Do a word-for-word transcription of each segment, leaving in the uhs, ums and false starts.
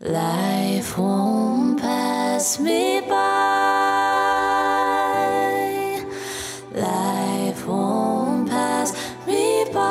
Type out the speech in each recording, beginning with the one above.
Life won't pass me by. Life won't pass me by.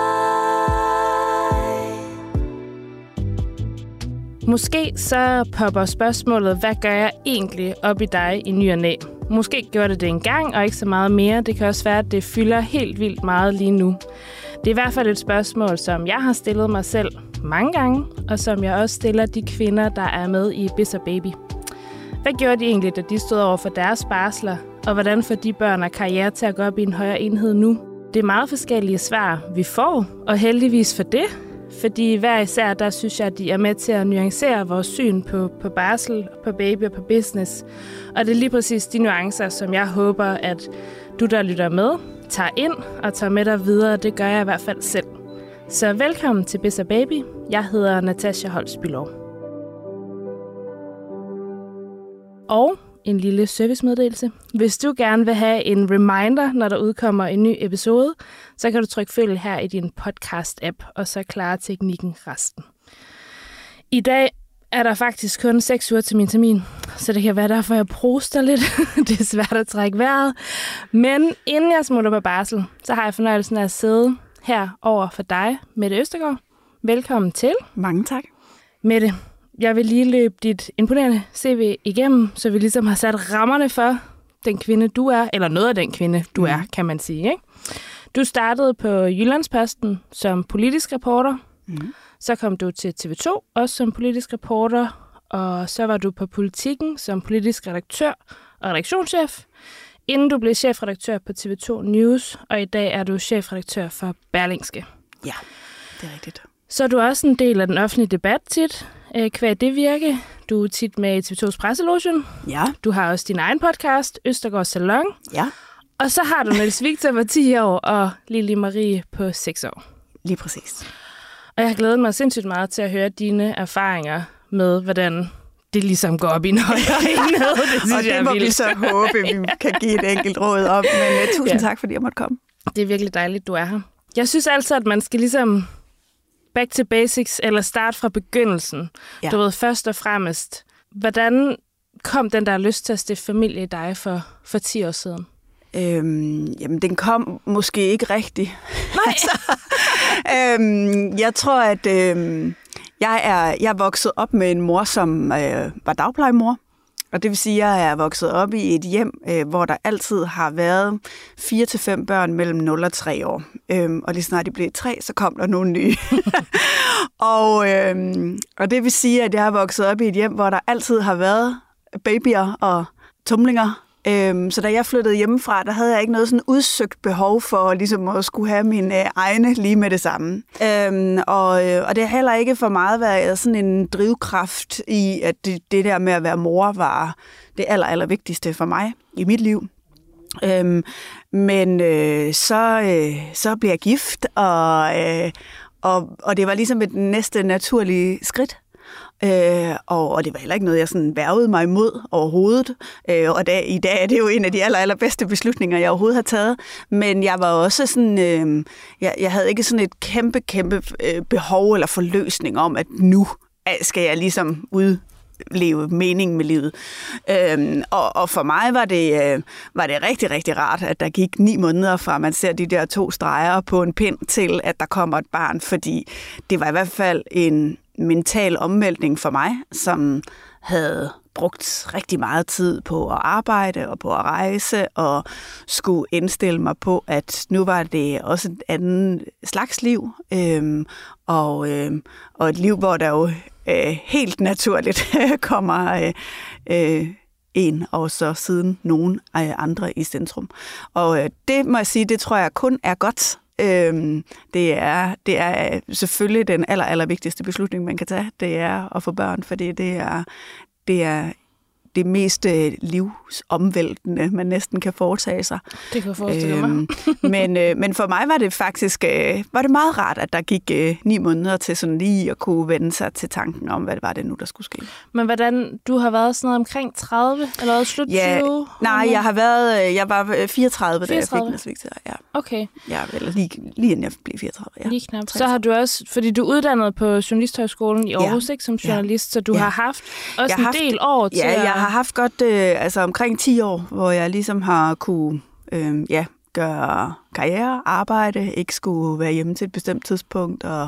Måske så popper spørgsmålet, hvad gør jeg egentlig op i dig i ny og næ? Måske gjorde det det engang, og ikke så meget mere. Det kan også være, at det fylder helt vildt meget lige nu. Det er i hvert fald et spørgsmål, som jeg har stillet mig selv mange gange, og som jeg også stiller de kvinder, der er med i Biz og Baby. Hvad gjorde de egentlig, da de stod over for deres barsler? Og hvordan får de børn og karriere til at gå op i en højere enhed nu? Det er meget forskellige svar, vi får, og heldigvis for det. Fordi hver især, der synes jeg, at de er med til at nuancere vores syn på, på barsel, på baby og på business. Og det er lige præcis de nuancer, som jeg håber, at du, der lytter med, tager ind og tager med dig videre. Det gør jeg i hvert fald selv. Så velkommen til Biz og Baby. Jeg hedder Natasha Holst Bülow. Og en lille servicemeddelelse. Hvis du gerne vil have en reminder, når der udkommer en ny episode, så kan du trykke følg her i din podcast-app, og så klarer teknikken resten. I dag er der faktisk kun seks uger til min termin, så det kan være derfor, jeg proster lidt. Det er svært at trække vejret. Men inden jeg smutter på barsel, så har jeg fornøjelsen af at sidde her over for dig, Mette Østergaard. Velkommen til. Mange tak. Mette, jeg vil lige løbe dit imponerende C V igennem, så vi ligesom har sat rammerne for den kvinde, du er, eller noget af den kvinde, du mm. er, kan man sige, ikke? Du startede på Jyllandsposten som politisk reporter. Mm. Så kom du til T V to, også som politisk reporter, og så var du på Politikken som politisk redaktør og redaktionschef, inden du blev chefredaktør på T V to News, og i dag er du chefredaktør for Berlingske. Ja, det er rigtigt. Så er du også en del af den offentlige debat tit, kvad det virke. Du er tit med i T V to's presselogen. Ja. Du har også din egen podcast, Østergaard Salon. Ja. Og så har du Niels Victor på ti år og Lili Marie på seks år. Lige præcis. Og jeg har glædet mig sindssygt meget til at høre dine erfaringer med, hvordan det ligesom går op i en højere enhed. Det synes og det jeg må vildt. vi så håbe, vi kan give et enkelt råd om. Men uh, tusind ja. tak, fordi jeg måtte komme. Det er virkelig dejligt, du er her. Jeg synes altså, at man skal ligesom back to basics, eller starte fra begyndelsen. Ja. Du ved, først og fremmest, hvordan kom den der lyst til at stifte familie i dig for, for ti år siden? Øhm, jamen, den kom måske ikke rigtigt. Nej. altså, øhm, jeg tror, at øhm, jeg, er, jeg er vokset op med en mor, som øh, var dagplejemor. Og det vil sige, at jeg er vokset op i et hjem, øh, hvor der altid har været fire til fem børn mellem nul og tre år. Øhm, og lige snart de blev tre, så kom der nogle nye. og, øhm, og det vil sige, at jeg har vokset op i et hjem, hvor der altid har været babyer og tumlinger. Øhm, så da jeg flyttede hjemmefra, der havde jeg ikke noget sådan udsøgt behov for ligesom at skulle have mine øh, egne lige med det samme. Øhm, og, øh, og det har heller ikke for meget været sådan en drivkraft i, at det, det der med at være mor var det aller, aller vigtigste for mig i mit liv. Øhm, men øh, så, øh, så blev jeg gift, og, øh, og, og det var ligesom et næste naturlige skridt. Øh, og, og det var heller ikke noget, jeg sådan værvede mig imod overhovedet. Øh, og da, i dag er det jo en af de aller, allerbedste beslutninger, jeg overhovedet har taget. Men jeg var også sådan, øh, jeg, jeg havde ikke sådan et kæmpe, kæmpe øh, behov eller forløsning om, at nu skal jeg ligesom udleve meningen med livet. Øh, og, og for mig var det, øh, var det rigtig, rigtig rart, at der gik ni måneder fra, man ser de der to streger på en pind, til at der kommer et barn. Fordi det var i hvert fald en mental omvæltning for mig, som havde brugt rigtig meget tid på at arbejde og på at rejse, og skulle indstille mig på, at nu var det også et andet slags liv, øhm, og, øhm, og et liv, hvor der jo øh, helt naturligt kommer øh, øh, en, og så siden nogen andre i centrum. Og øh, det må jeg sige, det tror jeg kun er godt. Øhm, det, er, det er selvfølgelig den aller, aller vigtigste beslutning, man kan tage, det er at få børn, fordi det er, det er det mest øh, livsomvæltende, man næsten kan foretage sig. Det kan jeg forestille mig. Øhm, men, øh, men for mig var det faktisk øh, var det meget rart, at der gik øh, ni måneder til sådan lige at kunne vende sig til tanken om, hvad det var det nu, der skulle ske. Men hvordan, du har været sådan noget omkring tredive, eller slut ja, tyve? Nej, jeg har været, jeg var fireogtredive, da jeg fik næsvigter. Ja. Okay. Ja, eller lige, lige inden jeg blev fireogtredive. Ja. Lige knap. Så har du også, fordi du er uddannet på Journalisthøjskolen i Aarhus, ja. Ikke, som journalist, så du ja. har haft også jeg en haft, del år til Ja, at... jeg har haft godt øh, altså omkring ti år, hvor jeg ligesom har kunne øh, ja, gøre karriere, arbejde, ikke skulle være hjemme til et bestemt tidspunkt, og,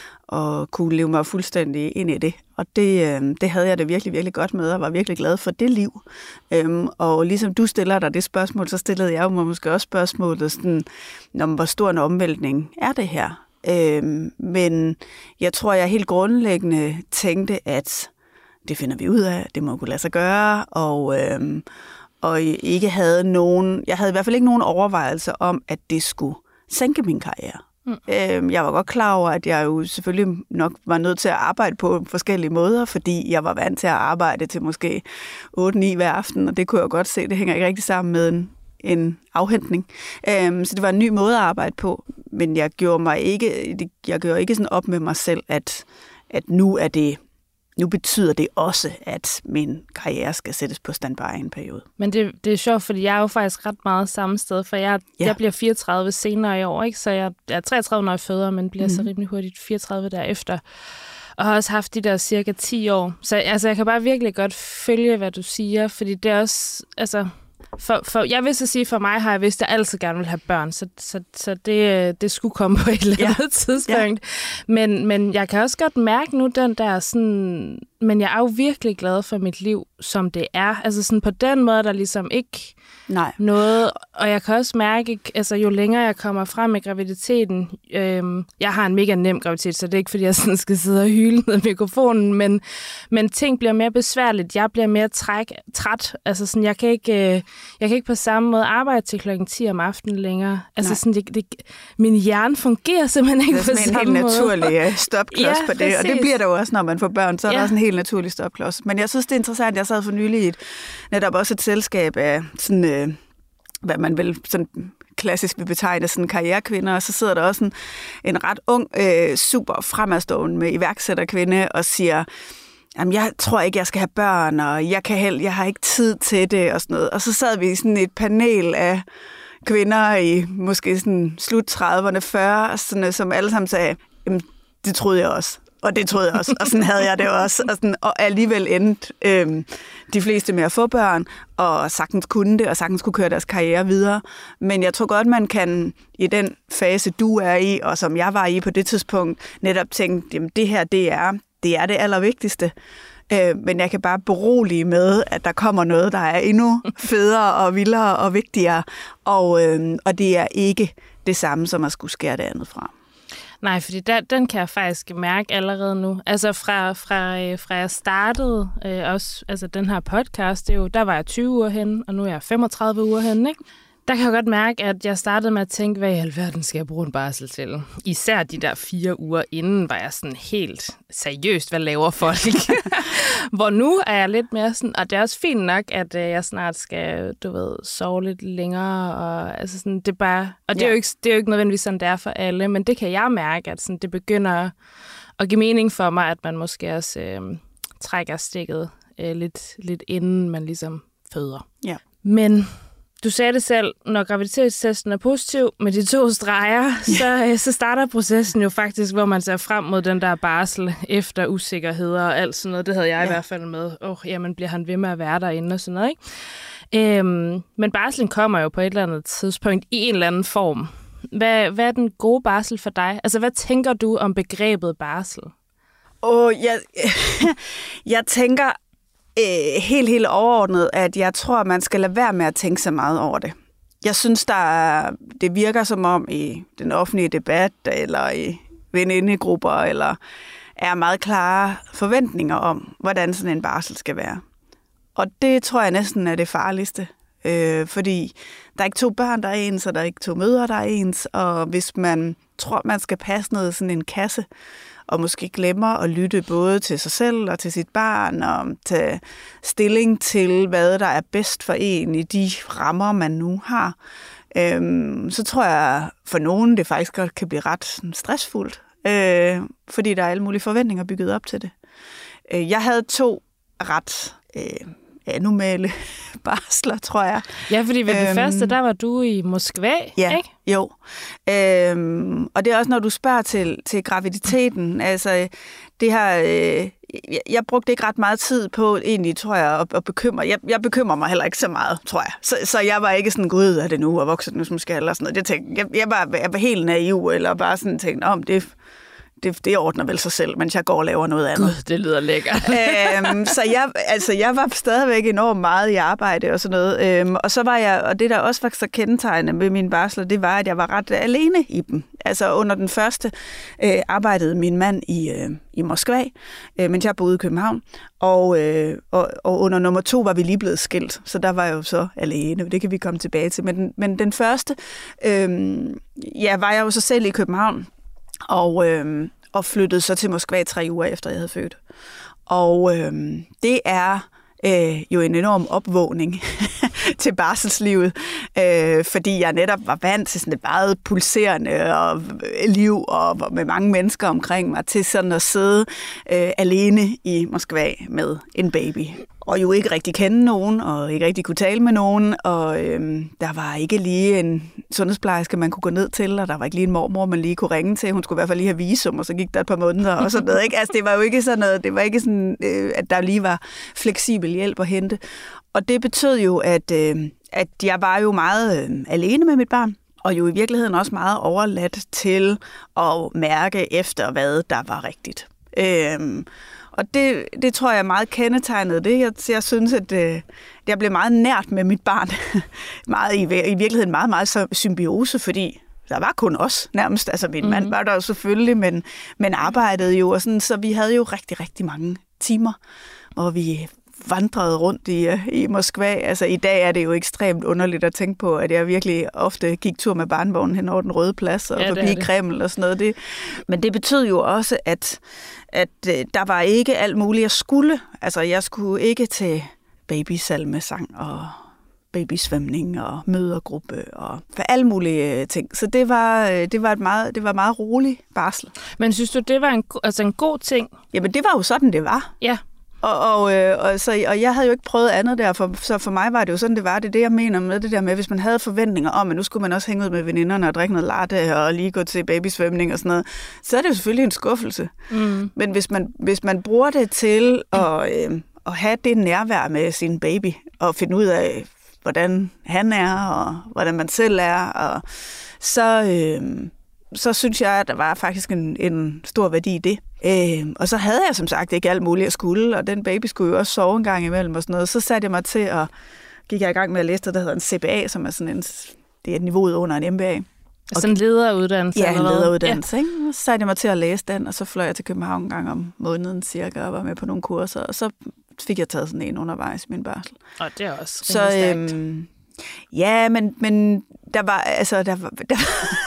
og kunne leve mig fuldstændig ind i det. Og det, øh, det havde jeg det virkelig, virkelig godt med, og var virkelig glad for det liv. Øhm, og ligesom du stiller dig det spørgsmål, så stillede jeg jo måske også spørgsmålet sådan, hvor stor en omvæltning er det her? Øhm, men jeg tror, jeg helt grundlæggende tænkte, at det finder vi ud af, det må kunne lade sig gøre, og, øhm, og ikke havde nogen, jeg havde i hvert fald ikke nogen overvejelse om, at det skulle sænke min karriere. Mm. Øhm, jeg var godt klar over, at jeg jo selvfølgelig nok var nødt til at arbejde på forskellige måder, fordi jeg var vant til at arbejde til måske otte ni hver aften, og det kunne jeg godt se, det hænger ikke rigtig sammen med en, en afhentning. Øhm, så det var en ny måde at arbejde på, men jeg gjorde mig ikke, jeg gjorde ikke sådan op med mig selv, at, at nu er det Nu betyder det også, at min karriere skal sættes på standby i en periode. Men det, det er sjovt, fordi jeg er jo faktisk ret meget samme sted, for jeg, ja. jeg bliver fireogtredive senere i år, ikke? Så jeg, jeg er treogtredive, når jeg føder, men bliver mm-hmm. så rimelig hurtigt fireogtredive derefter. Og har også haft de der cirka ti år. Så altså, jeg kan bare virkelig godt følge, hvad du siger, fordi det er også... Altså, For, for, jeg vil så sige, for mig har jeg vidst, at jeg altid gerne vil have børn, så, så, så det, det skulle komme på et eller andet ja. tidspunkt. Ja. Men, men jeg kan også godt mærke nu den der sådan... Men jeg er jo virkelig glad for mit liv, som det er. Altså sådan på den måde, der ligesom ikke Nej. noget... Og jeg kan også mærke, altså jo længere jeg kommer frem i graviditeten... Øhm, jeg har en mega nem graviditet, så det er ikke, fordi jeg sådan skal sidde og hyle ned i mikrofonen, men, men ting bliver mere besværligt. Jeg bliver mere træk, træt. Altså sådan, jeg kan ikke... Øh, Jeg kan ikke på samme måde arbejde til klokken ti om aftenen længere. Altså sådan, det, det, min hjerne fungerer simpelthen ikke på samme måde. Det er sådan en helt naturlig stopklods ja, på det, præcis. og det bliver der jo også, når man får børn, så er ja. der også en helt naturlig stopklods. Men jeg synes, det er interessant, jeg sad for nylig i et, netop også et selskab af sådan, øh, hvad man vel sådan klassisk vil betegne sådan karrierekvinder, og så sidder der også en, en ret ung, øh, super fremadstående med iværksætterkvinde og siger, jamen, jeg tror ikke, jeg skal have børn, og jeg, kan held, jeg har ikke tid til det, og sådan noget. Og så sad vi i sådan et panel af kvinder i måske sådan slut trediverne, fyrre, sådan, som alle sammen sagde, jamen, det troede jeg også. Og det troede jeg også, og sådan havde jeg det også. Og, sådan, og alligevel endte øhm, de fleste med at få børn, og sagtens kunne det, og sagtens kunne køre deres karriere videre. Men jeg tror godt, man kan i den fase, du er i, og som jeg var i på det tidspunkt, netop tænke, jamen det her, det er... Det er det allervigtigste, øh, men jeg kan bare berolige med, at der kommer noget, der er endnu federe og vildere og vigtigere, og, øh, og det er ikke det samme, som at skulle skære det andet fra. Nej, fordi der, den kan jeg faktisk mærke allerede nu. Altså fra, fra, øh, fra jeg startede øh, også, altså den her podcast, det er jo, der var jeg tyve uger henne, og nu er jeg femogtredive uger henne, ikke? Der kan jeg godt mærke, at jeg startede med at tænke, hvad i alverden skal jeg bruge en barsel til? Især de der fire uger inden var jeg sådan helt seriøst, hvad laver folk? Hvor nu er jeg lidt mere sådan, og det er også fint nok, at jeg snart skal, du ved, sove lidt længere. Og, altså sådan, det er bare, og det er, ja. jo ikke, det er jo ikke nødvendigvis sådan, det er for alle, men det kan jeg mærke, at sådan, det begynder at give mening for mig, at man måske også øh, trækker stikket øh, lidt, lidt inden man ligesom føder. Ja. Men... Du sagde det selv, når graviditetstesten er positiv med de to streger, så, så starter processen jo faktisk, hvor man ser frem mod den der barsel efter usikkerheder og alt sådan noget. Det havde jeg ja. i hvert fald med. Åh, oh, jamen bliver han ved med at være derinde og sådan noget, ikke? Øhm, men barselen kommer jo på et eller andet tidspunkt i en eller anden form. Hvad, hvad er den gode barsel for dig? Altså, hvad tænker du om begrebet barsel? Åh, oh, jeg, jeg tænker... Øh, helt, helt overordnet, at jeg tror, man skal lade være med at tænke så meget over det. Jeg synes, der er, det virker som om i den offentlige debat, eller i venindegrupper, eller er meget klare forventninger om, hvordan sådan en barsel skal være. Og det tror jeg næsten er det farligste, øh, fordi der er ikke to børn, der er ens, og der er ikke to mødre, der er ens, og hvis man tror, man skal passe noget sådan en kasse, og måske glemmer at lytte både til sig selv og til sit barn, og tage stilling til, hvad der er bedst for en i de rammer, man nu har, øhm, så tror jeg for nogen, det faktisk godt kan blive ret sådan, stressfuldt, øh, fordi der er alle mulige forventninger bygget op til det. Øh, jeg havde to ret øh, anormale barsler, tror jeg. Ja, fordi ved øhm, den første, der var du i Moskva, ja, ikke? Jo. Øhm, og det er også, når du spørger til, til graviditeten, altså det her, øh, jeg, jeg brugte ikke ret meget tid på egentlig, tror jeg, at, at bekymre. Jeg, jeg bekymrer mig heller ikke så meget, tror jeg. Så, så jeg var ikke sådan, gud, er det nu, og vokset nu som skal, eller sådan noget. Jeg, tænkte, jeg, jeg, var, jeg var helt naiv, eller bare sådan tænkte, om det Det, det ordner vel sig selv, mens jeg går og laver noget andet. Gud, det lyder lækkert. øhm, så jeg, altså, jeg var stadigvæk enormt meget i arbejde og sådan noget. Øhm, og så var jeg, og det der også var så kendetegnende med mine barsler, det var, at jeg var ret alene i dem. Altså under den første øh, arbejdede min mand i, øh, i Moskva, øh, mens jeg boede i København. Og, øh, og, og under nummer to var vi lige blevet skilt, så der var jeg jo så alene. Det kan vi komme tilbage til. Men, men den første, øh, ja, var jeg jo så selv i København. Og, øh, og flyttede så til Moskva tre uger efter, jeg havde født. Og øh, det er øh, jo en enorm opvågning til barselslivet, øh, fordi jeg netop var vant til sådan et meget pulserende og liv og med mange mennesker omkring mig, til sådan at sidde øh, alene i Moskva med en baby. Og jo ikke rigtig kende nogen, og ikke rigtig kunne tale med nogen, og øhm, der var ikke lige en sundhedsplejerske, man kunne gå ned til, og der var ikke lige en mormor, man lige kunne ringe til. Hun skulle i hvert fald lige have visum, og så gik der et par måneder og sådan noget. Ikke? Altså, det var jo ikke sådan noget, det var ikke sådan, øh, at der lige var fleksibel hjælp at hente. Og det betød jo, at, øh, at jeg var jo meget øh, alene med mit barn, og jo i virkeligheden også meget overladt til at mærke efter, hvad der var rigtigt. Øh, Og det, det tror jeg er meget kendetegnet. Det. Jeg, jeg synes, at øh, jeg blev meget nært med mit barn. meget, i, I virkeligheden meget, meget symbiose, fordi der var kun os nærmest. Altså min mm-hmm. mand var der jo selvfølgelig, men, men arbejdede jo. Og sådan, så vi havde jo rigtig, rigtig mange timer, hvor vi vandrede rundt i, i Moskva. Altså i dag er det jo ekstremt underligt at tænke på, at jeg virkelig ofte gik tur med barnevognen hen over den Røde Plads og ja, forbi Kreml og sådan noget. Det, men det betød jo også, at, at der var ikke alt muligt, jeg skulle. Altså jeg skulle ikke til babysalmesang og babysvømning og mødergruppe og for alle mulige ting. Så det var, det var et meget, det var meget rolig barsel. Men synes du, det var en, altså en god ting? Jamen det var jo sådan, det var. Ja. Og, og, øh, og, så, og jeg havde jo ikke prøvet andet der, for, så for mig var det jo sådan, det var. Det er det, jeg mener med det der med, hvis man havde forventninger om, at nu skulle man også hænge ud med veninderne og drikke noget latte og lige gå til babysvømning og sådan noget, så er det jo selvfølgelig en skuffelse. Mm. Men hvis man, hvis man bruger det til at, øh, at have det nærvær med sin baby og finde ud af, hvordan han er og hvordan man selv er, og så... Øh, så synes jeg, at der var faktisk en, en stor værdi i det. Øh, og så havde jeg som sagt ikke alt muligt at skulle, og den baby skulle jo også sove en gang imellem og sådan noget. Så satte jeg mig til at gik jeg i gang med at læse det, der hedder en C B A, som er sådan en, det er niveauet under en M B A. Sådan en lederuddannelse? Ja, en lederuddannelse. Ja. Ikke? Og så satte jeg mig til at læse den, og så fløj jeg til København en gang om måneden cirka, og var med på nogle kurser, og så fik jeg taget sådan en undervejs i min barsel. Og det er også så, øhm, ja, men, men der var, altså, der var, der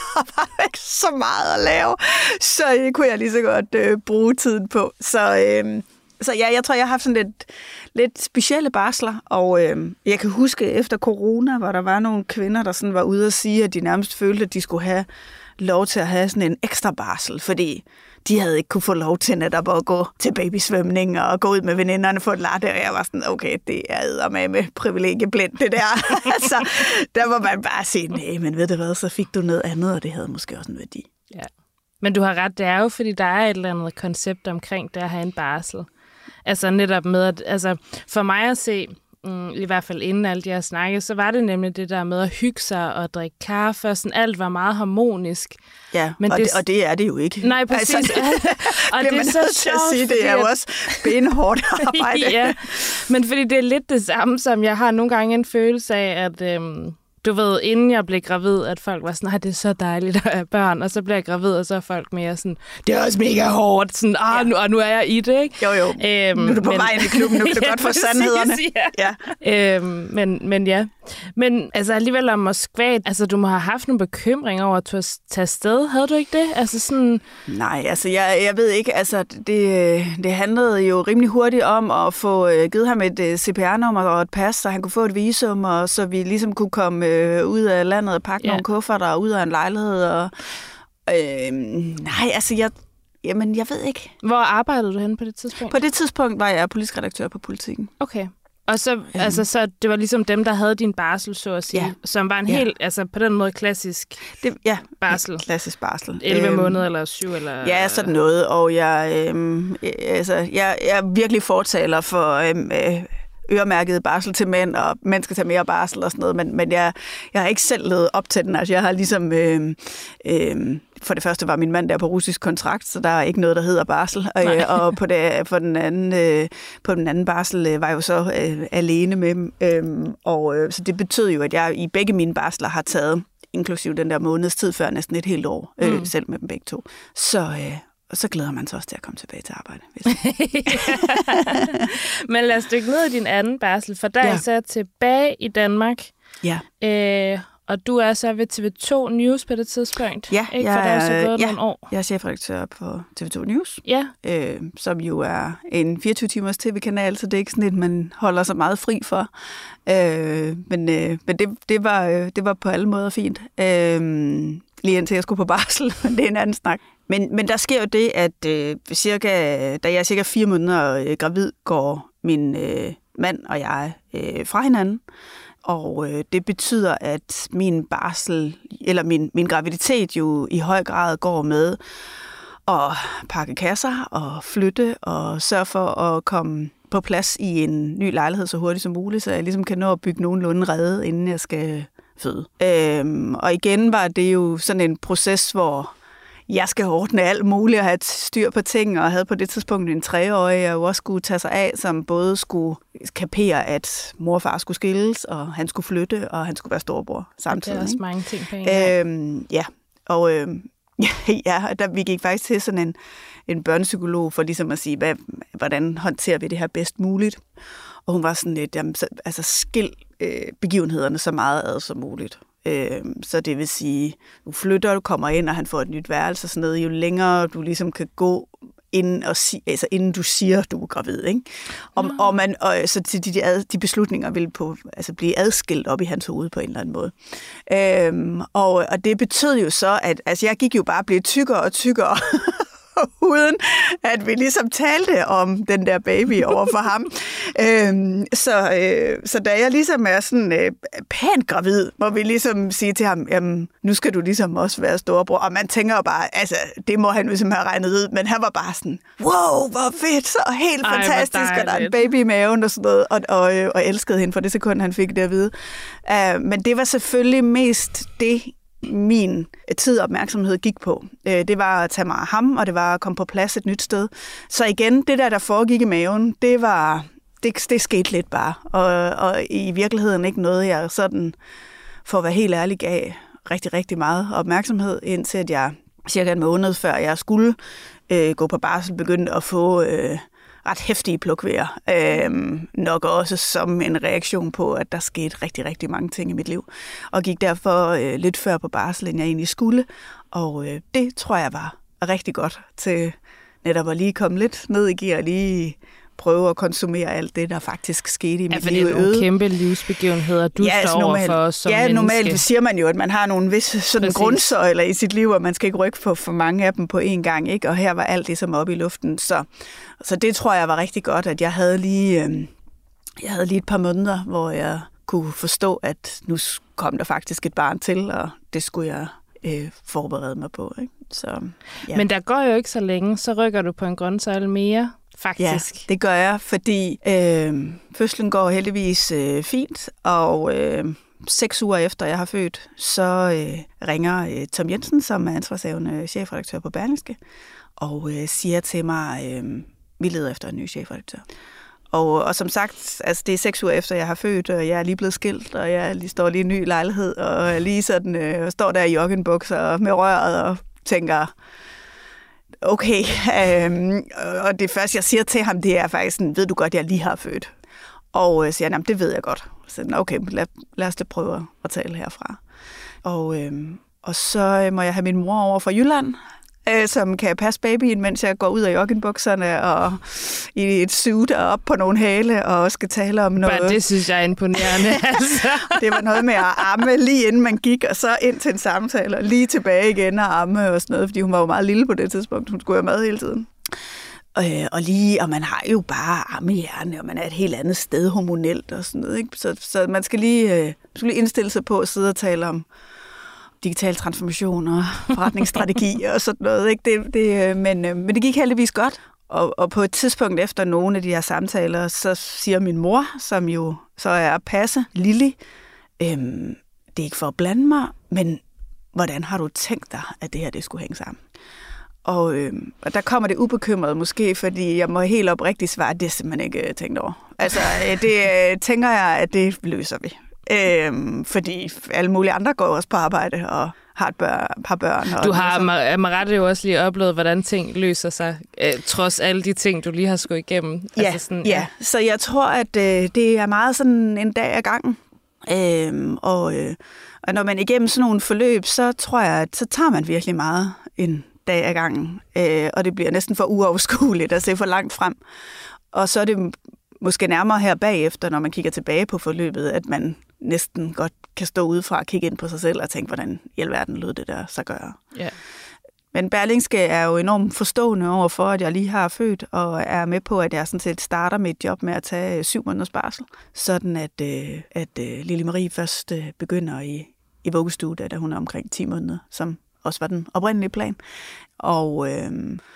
var ikke så meget at lave, så det kunne jeg lige så godt øh, bruge tiden på. Så, øh, så ja, jeg tror, jeg har haft sådan lidt, lidt specielle barsler, og øh, jeg kan huske efter corona, hvor der var nogle kvinder, der sådan var ude og sige, at de nærmest følte, at de skulle have lov til at have sådan en ekstra barsel, fordi de havde ikke kunne få lov til netop at gå til babysvømning og gå ud med veninderne for et latte, og jeg var sådan, okay, det er eddermame med privilegieblindt, det der. Altså, der må man bare sige, nej, men ved du hvad, så fik du noget andet, og det havde måske også en værdi. Ja. Men du har ret, det er jo, fordi der er et eller andet koncept omkring det at have en barsel. Altså netop med, at altså, for mig at se, mm, i hvert fald inden alt det her snakke, så var det nemlig det der med at hygge sig og drikke kaffe, og sådan alt var meget harmonisk. Ja, men og, det, det, og det er det jo ikke. Nej, præcis. Altså, og det er så sjovt, at sige, det er jo også benhårdt arbejde. Ja, men fordi det er lidt det samme, som jeg har nogle gange en følelse af, at øhm, du ved, inden jeg blev gravid, at folk var sådan, det er så dejligt at have børn, og så bliver jeg gravid, og så er folk mere sådan, det er også mega hårdt, sådan, ah, ja. nu, og nu er jeg i det, ikke? Jo, jo. Æm, nu er du på men... vej ind i klubben, nu kan du ja, godt få sandhederne. Ja. Ja. Æm, men, men ja, Men altså alligevel om Moskva, altså du må have haft nogle bekymringer over at tage afsted. Havde du ikke det? Altså sådan... Nej, altså jeg, jeg ved ikke, altså det, det handlede jo rimelig hurtigt om at få givet ham et C P R-nummer og et pas, så han kunne få et visum, og så vi ligesom kunne komme øh, ud af landet og pakke ja. nogle kufferter og ud af en lejlighed. Og, øh, nej, altså jeg, jamen, jeg ved ikke. Hvor arbejdede du henne på det tidspunkt? På det tidspunkt var jeg politisk redaktør på Politiken. Okay. Og så, um, altså, så det var ligesom dem, der havde din barsel, så at sige, ja. som var en ja. helt, altså på den måde klassisk det, ja, barsel. klassisk barsel. elleve øhm, måneder eller syv eller... Ja, sådan noget, og jeg, øhm, altså, jeg, jeg er virkelig fortaler for øhm, øremærket barsel til mænd, og mænd skal tage mere barsel og sådan noget, men, men jeg, jeg har ikke selv levet op til den. Altså, jeg har ligesom... Øhm, øhm, for det første var min mand der på russisk kontrakt, så der er ikke noget, der hedder barsel. Og, og på, det, på, den anden, øh, på den anden barsel øh, var jeg jo så øh, alene med dem. Øh, og øh, så det betød jo, at jeg i begge mine barsler har taget, inklusiv den der måneds tid før, næsten et helt år, øh, mm. selv med dem begge to. Så... Øh, Og så glæder man sig også til at komme tilbage til arbejde. Men lad os dykke ned i din anden barsel, for der ja. er så tilbage i Danmark. Ja. Øh, og du er så ved T V to News på det tidspunkt. Ja, ikke? Jeg, for der er så gået ja, nogle år. Jeg er chefredaktør på T V to News, ja. øh, som jo er en fireogtyve timers tv-kanal, så det er ikke sådan et, man holder sig meget fri for. Øh, men øh, men det, det, var, øh, det var på alle måder fint. Øh, lige indtil jeg skulle på barsel, men det er en anden snak. Men, men der sker jo det, at øh, cirka, da jeg er cirka fire måneder øh, gravid, går min øh, mand og jeg øh, fra hinanden. Og øh, det betyder, at min barsel, eller min, min graviditet jo i høj grad går med at pakke kasser og flytte og sørge for at komme på plads i en ny lejlighed så hurtigt som muligt, så jeg ligesom kan nå at bygge nogenlunde rede, inden jeg skal føde. Øhm, og igen var det jo sådan en proces, hvor jeg skal ordne alt muligt og have styr på ting, og havde på det tidspunkt en treårig, jeg jo også skulle tage sig af, som både skulle kapere, at mor og far skulle skilles, og han skulle flytte, og han skulle være storebror samtidig. Det er også mange ting på en gang. Øhm, ja, og øhm, ja, der, vi gik faktisk til sådan en, en børnepsykolog for ligesom at sige, hvad, hvordan håndterer vi det her bedst muligt. Og hun var sådan lidt, jamen, altså skil øh, begivenhederne så meget ad som muligt. Så det vil sige, du flytter, du kommer ind, og han får et nyt værelse og sådan noget, jo længere du ligesom kan gå inden, og si, altså inden du siger, du er gravid, ikke? Og, mm. og, man, og så de, de, ad, de beslutninger vil på, altså blive adskilt op i hans hoved på en eller anden måde. Øhm, og, og det betød jo så, at altså jeg gik jo bare og blev tykkere og tykkere, uden at vi ligesom talte om den der baby over for ham. øhm, så, øh, så da jeg ligesom er sådan øh, pænt gravid, må vi ligesom sige til ham, jamen, nu skal du ligesom også være storebror. Og man tænker jo bare, altså, det må han ligesom have regnet ud, men han var bare sådan, wow, hvor fedt, så helt Ej, fantastisk, og der er en baby i maven og sådan noget, og, og, og elskede hende for det sekund, han fik det at vide. Uh, men det var selvfølgelig mest det, min tid og opmærksomhed gik på. Det var at tage mig af ham, og det var at komme på plads et nyt sted. Så igen, det der, der foregik i maven, det var, det, det skete lidt bare. Og, og i virkeligheden ikke noget, jeg sådan, for at være helt ærlig, gav rigtig, rigtig meget opmærksomhed, indtil at jeg cirka en måned før jeg skulle øh, gå på barsel, begyndte at få øh, ret heftige plukvejer. Øh, nok også som en reaktion på, at der skete rigtig, rigtig mange ting i mit liv. Og gik derfor øh, lidt før på barsel, end jeg egentlig skulle. Og øh, det tror jeg var rigtig godt til netop at lige komme lidt ned i gear og lige prøve at konsumere alt det, der faktisk skete i mit ja, liv. Det er nogle kæmpe livsbegivenheder, du ja, står over for os som ja, menneske. Ja, normalt siger man jo, at man har nogle visse sådan grundsøjler i sit liv, og man skal ikke rykke på for mange af dem på én gang, ikke? Og her var alt det som oppe i luften. Så, så det tror jeg var rigtig godt, at jeg havde lige, øh, jeg havde lige et par måneder, hvor jeg kunne forstå, at nu kom der faktisk et barn til, og det skulle jeg øh, forberede mig på. Ikke? Så, ja. Men der går jo ikke så længe, så rykker du på en grøntsøjle mere. Faktisk. Ja, det gør jeg, fordi øh, fødslen går heldigvis øh, fint, og øh, seks uger efter jeg har født, så øh, ringer øh, Tom Jensen, som er ansvarshavende chefredaktør på Berlingske, og øh, siger til mig, øh, vi leder efter en ny chefredaktør. Og, og som sagt, altså det er seks uger efter jeg har født, og jeg er lige blevet skilt, og jeg lige står lige i en ny lejlighed, og jeg lige sådan øh, står der i joggingbukser med røret og tænker, okay, øhm, og det første, jeg siger til ham, det er faktisk sådan, ved du godt, jeg lige har født. Og øh, siger, jamen det ved jeg godt. Så okay, lad, lad os det prøve at tale herfra. Og, øh, og så må jeg have min mor over fra Jylland, øh, som kan passe babyen, mens jeg går ud af joggingbukserne og i et suit og op på nogle hæle og skal tale om noget. Bare det synes jeg er imponerende. Altså. Det var noget med at amme lige inden man gik, og så ind til en samtale og lige tilbage igen og amme og sådan noget, fordi hun var jo meget lille på det tidspunkt. Hun skulle have mad hele tiden. Øh, og lige, og man har jo bare ammehjerne, og man er et helt andet sted hormonelt og sådan noget, ikke? Så, så man skal lige, øh, man skal lige indstille sig på at sidde og tale om digital transformation og forretningsstrategi og sådan noget, ikke? Det, det, men, øh, men det gik heldigvis godt, og, og på et tidspunkt efter nogle af de her samtaler, så siger min mor, som jo så er passe, Lili, øhm, det er ikke for at blande mig, men hvordan har du tænkt dig, at det her det skulle hænge sammen? Og, øh, og der kommer det ubekymret måske, fordi jeg må helt oprigtigt svare, at det er simpelthen ikke tænkt over. Altså, det øh, tænker jeg, at det løser vi. Øh, fordi alle mulige andre går også på arbejde og har et bør- par børn. Og du har Marette jo også lige oplevet, hvordan ting løser sig, øh, trods alle de ting, du lige har skulle igennem. Ja, altså sådan, ja. ja. Så jeg tror, at øh, det er meget sådan en dag ad gangen. Øh, og, øh, og når man er igennem sådan nogle forløb, så tror jeg, at så tager man virkelig meget en dag ad gangen, øh, og det bliver næsten for uoverskueligt at se for langt frem. Og så er det måske nærmere her bagefter, når man kigger tilbage på forløbet, at man næsten godt kan stå udefra og kigge ind på sig selv og tænke, hvordan i alverden lød det der så gøre. Yeah. Men Berlingske er jo enormt forstående over for, at jeg lige har født, og er med på, at jeg sådan set starter med et job med at tage syv måneders barsel, sådan at, øh, at øh, Lille Marie først øh, begynder i, i vuggestue, da hun er omkring ti måneder, som også var den oprindelige plan. Og, øh,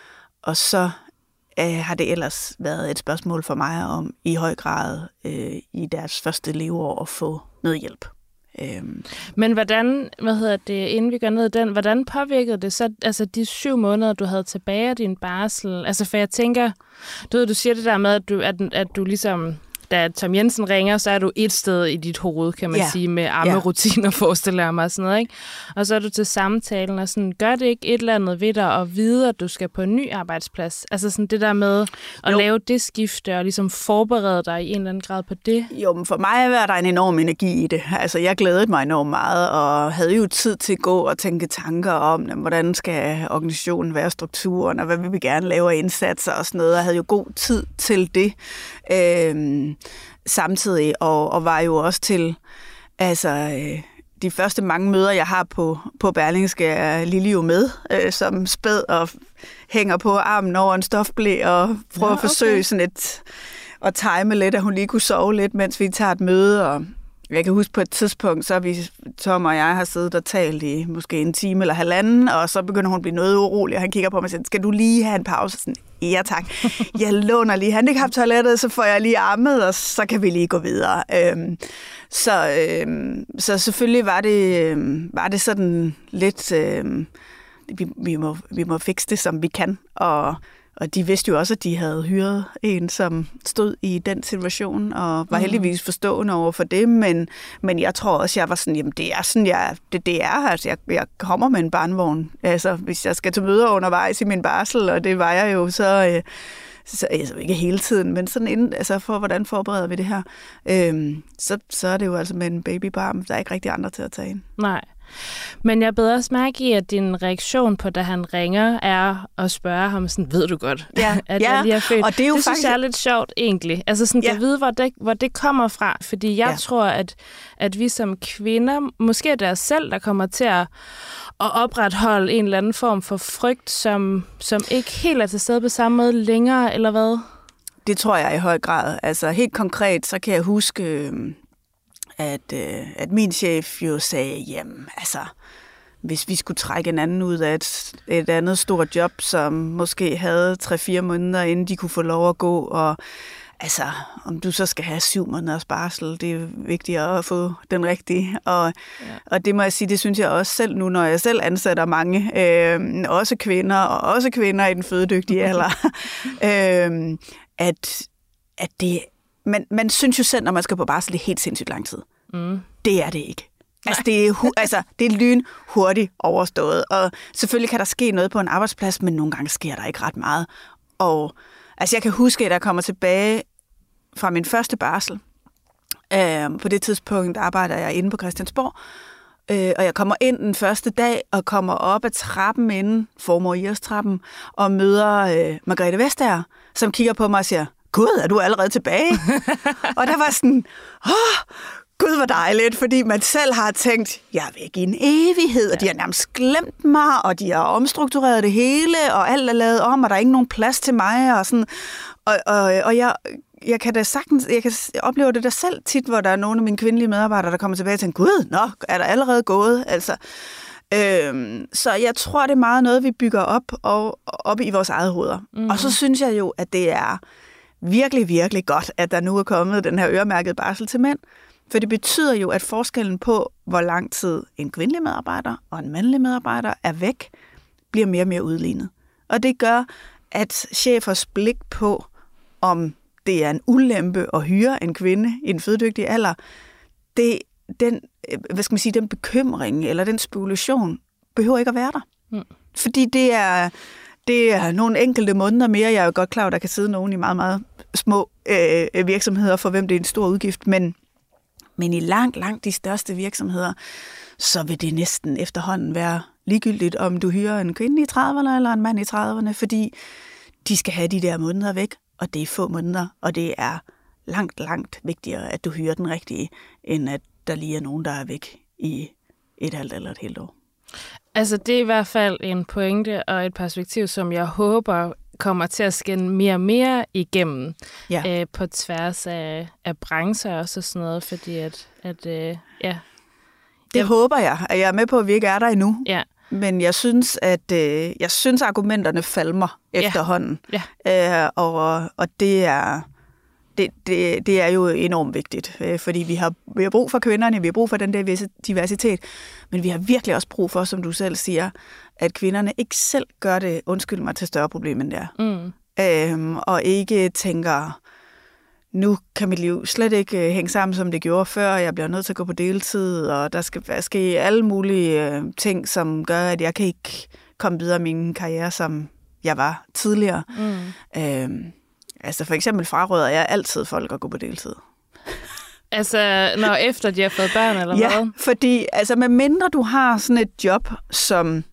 og så øh, har det ellers været et spørgsmål for mig om i høj grad øh, i deres første leveår at få noget hjælp. Øhm. Men hvordan, hvad hedder det, inden vi går ned i den, hvordan påvirkede det så, altså de syv måneder, du havde tilbage af din barsel? Altså for jeg tænker, du ved, du siger det der med, at du, at, at du ligesom, da Tom Jensen ringer, så er du et sted i dit hoved, kan man ja. sige, med ammerutiner, ja. forestiller jeg mig sådan noget, ikke? Og så er du til samtalen, og sådan, gør det ikke et eller andet ved dig at vide, at du skal på en ny arbejdsplads? Altså sådan det der med at jo. lave det skifte, og ligesom forberede dig i en eller anden grad på det? Jo, men for mig var der en enorm energi i det. Altså, jeg glædede mig enormt meget, og havde jo tid til at gå og tænke tanker om, hvordan skal organisationen være, strukturen, og hvad vil vi gerne lave af indsatser og sådan noget. Jeg havde jo god tid til det. Øhm, samtidig, og, og var jo også til, altså, øh, de første mange møder, jeg har på, på Berlingske, er Lili jo med, øh, som spæd og hænger på armen over en stofble og prøver ja, okay. at forsøge sådan et, at time lidt, at hun lige kunne sove lidt, mens vi tager et møde, og jeg kan huske på et tidspunkt, så vi, Tom og jeg har siddet og talt i måske en time eller halvanden, og så begynder hun at blive noget urolig, og han kigger på mig og siger, skal du lige have en pause? Sådan, ja tak. Jeg låner lige handicaptoilettet, så får jeg lige ammet, og så kan vi lige gå videre. Øhm, så, øhm, så selvfølgelig var det, øhm, var det sådan lidt, øhm, vi, vi, må, vi må fikse det, som vi kan, og Og de vidste jo også, at de havde hyret en, som stod i den situation, og var heldigvis forstående over for det, men, men jeg tror også, jeg var sådan, jamen det er sådan, jeg, det, det er, altså jeg, jeg kommer med en barnevogn, altså hvis jeg skal til møder undervejs i min barsel, og det var jeg jo, så, øh, så altså ikke hele tiden, men sådan inden, altså for hvordan forbereder vi det her, øhm, så, så er det jo altså med en babybarm, der er ikke rigtig andre til at tage ind. Nej. Men jeg beder også mærke i, at din reaktion på, da han ringer, er at spørge ham sådan, ved du godt, ja, at ja. jeg lige er født. Og det er jo det faktisk... synes jeg er lidt sjovt, egentlig. Altså sådan, ja. at vide, hvor det, hvor det kommer fra. Fordi jeg ja. tror, at, at vi som kvinder, måske er det os selv, der kommer til at, at opretholde en eller anden form for frygt, som, som ikke helt er til stede på samme måde længere, eller hvad? Det tror jeg i høj grad. Altså helt konkret, så kan jeg huske... Øh... At, øh, at min chef jo sagde, jamen, altså, hvis vi skulle trække en anden ud af et, et andet stort job, som måske havde tre-fire måneder, inden de kunne få lov at gå, og altså, om du så skal have syv måneders barsel, det er vigtigere at få den rigtige. Og, ja. og det må jeg sige, det synes jeg også selv nu, når jeg selv ansætter mange, øh, også kvinder, og også kvinder i den fødedygtige alder, øh, at, at det Man, man synes jo selv, når man skal på barsel, det er helt sindssygt lang tid. Mm. Det er det ikke. Altså det, er, altså, det er lyn hurtigt overstået. Og selvfølgelig kan der ske noget på en arbejdsplads, men nogle gange sker der ikke ret meget. Og altså, jeg kan huske, at jeg kommer tilbage fra min første barsel. Øh, på det tidspunkt arbejder jeg inde på Christiansborg, øh, og jeg kommer ind den første dag og kommer op ad trappen inden, Formor Iris-trappen, og møder øh, Margrethe Vestager, som kigger på mig og siger, Gud, er du allerede tilbage? Og der var sådan, åh, Gud, hvor dejligt, fordi man selv har tænkt, jeg er væk i en evighed, og de har nærmest glemt mig, og de har omstruktureret det hele, og alt er lavet om, og der er ikke nogen plads til mig, og sådan. Og, og, og jeg, jeg kan da sagtens, jeg kan opleve det der selv tit, hvor der er nogle af mine kvindelige medarbejdere, der kommer tilbage og tænker, Gud, nå, er der allerede gået? Altså, øhm, så jeg tror, det er meget noget, vi bygger op, og, op i vores eget hoveder. Mm. Og så synes jeg jo, at det er virkelig, virkelig godt, at der nu er kommet den her øremærkede barsel til mænd. For det betyder jo, at forskellen på, hvor lang tid en kvindelig medarbejder og en mandlig medarbejder er væk, bliver mere og mere udlignet. Og det gør, at chefers blik på, om det er en ulempe at hyre en kvinde i en fødedygtig alder, det, den, hvad skal man sige, den bekymring eller den spekulation behøver ikke at være der. Mm. Fordi det er, det er nogle enkelte måneder mere. Jeg er jo godt klar, at der kan sidde nogen i meget, meget små øh, virksomheder, for hvem det er en stor udgift, men Men i langt, langt de største virksomheder, så vil det næsten efterhånden være ligegyldigt, om du hyrer en kvinde i trediverne eller en mand i trediverne, fordi de skal have de der måneder væk, og det er få måneder, og det er langt, langt vigtigere, at du hyrer den rigtige, end at der lige er nogen, der er væk i et halvt eller et helt år. Altså, det er i hvert fald en pointe og et perspektiv, som jeg håber kommer til at skinne mere og mere igennem ja. øh, på tværs af, af brancher og så sådan noget, fordi at, at øh, ja. Det jeg, håber jeg, at jeg er med på, at vi ikke er der endnu. Ja. Men jeg synes, at øh, jeg synes, argumenterne falmer efterhånden. Ja. Ja. Øh, og, og det er det, det, det er jo enormt vigtigt, øh, fordi vi har, vi har brug for kvinderne, vi har brug for den der diversitet, men vi har virkelig også brug for, som du selv siger, at kvinderne ikke selv gør det, undskyld mig, til større problem end det er. Mm. Øhm, og ikke tænker, nu kan mit liv slet ikke hænge sammen, som det gjorde før, jeg bliver nødt til at gå på deltid, og der skal ske alle mulige øh, ting, som gør, at jeg kan ikke komme videre i min karriere, som jeg var tidligere. Mm. Øhm, altså for eksempel fraråder jeg altid folk at gå på deltid. Altså, når efter de har fået børn, eller ja, hvad? Ja, fordi altså, med mindre du har sådan et job, som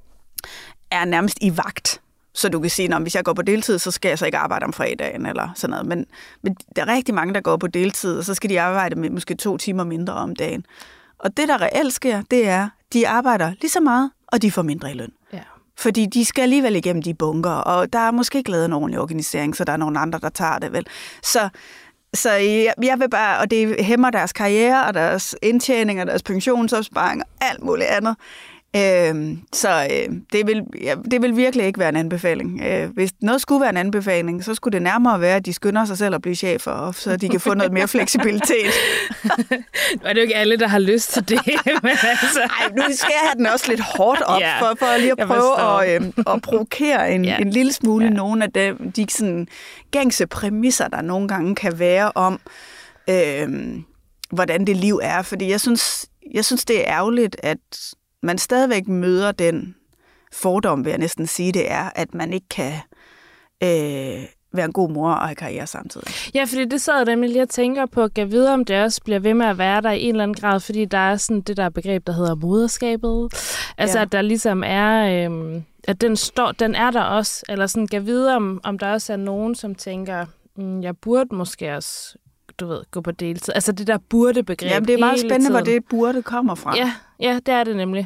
er nærmest i vagt, så du kan sige, at hvis jeg går på deltid, så skal jeg så ikke arbejde om fredagen, eller sådan noget. Men, men der er rigtig mange, der går på deltid, og så skal de arbejde med måske to timer mindre om dagen. Og det, der reelt sker, det er, de arbejder lige så meget, og de får mindre i løn. Ja. Fordi de skal alligevel igennem de bunker, og der er måske ikke lavet en ordentlig organisering, så der er nogle andre, der tager det vel. Så Så jeg, jeg vil bare, og det hæmmer deres karriere, og deres indtjening, og deres pensionsopsparing, og alt muligt andet. Øh, så øh, det, vil, ja, det vil virkelig ikke være en anbefaling. Øh, hvis noget skulle være en anbefaling, så skulle det nærmere være, at de skynder sig selv at blive chefer, så de kan få noget mere fleksibilitet. Nu er det jo ikke alle, der har lyst til det. Men altså. Ej, nu skal jeg have den også lidt hårdt op, ja, for, for lige at prøve at, øh, at provokere en, ja. en lille smule ja. nogle af de, de sådan, gængse præmisser, der nogle gange kan være om, øh, hvordan det liv er. Fordi jeg synes, jeg synes, det er ærgerligt, at man stadigvæk møder den fordom, vil jeg næsten sige, det er, at man ikke kan øh, være en god mor og have karriere samtidig. Ja, fordi det sad jeg nemlig lige og tænker på, at vide, om det også bliver ved med at være der i en eller anden grad, fordi der er sådan det der begreb, der hedder moderskabet. Altså, ja. at der ligesom er, øh, at den, står, den er der også, eller sådan, kan vide, om, om der også er nogen, som tænker, mm, jeg burde måske også, du ved, gå på deltid. Altså det der burde-begreb. Jamen, det er meget spændende, tiden. Hvor det burde kommer fra. Ja, ja, det er det nemlig.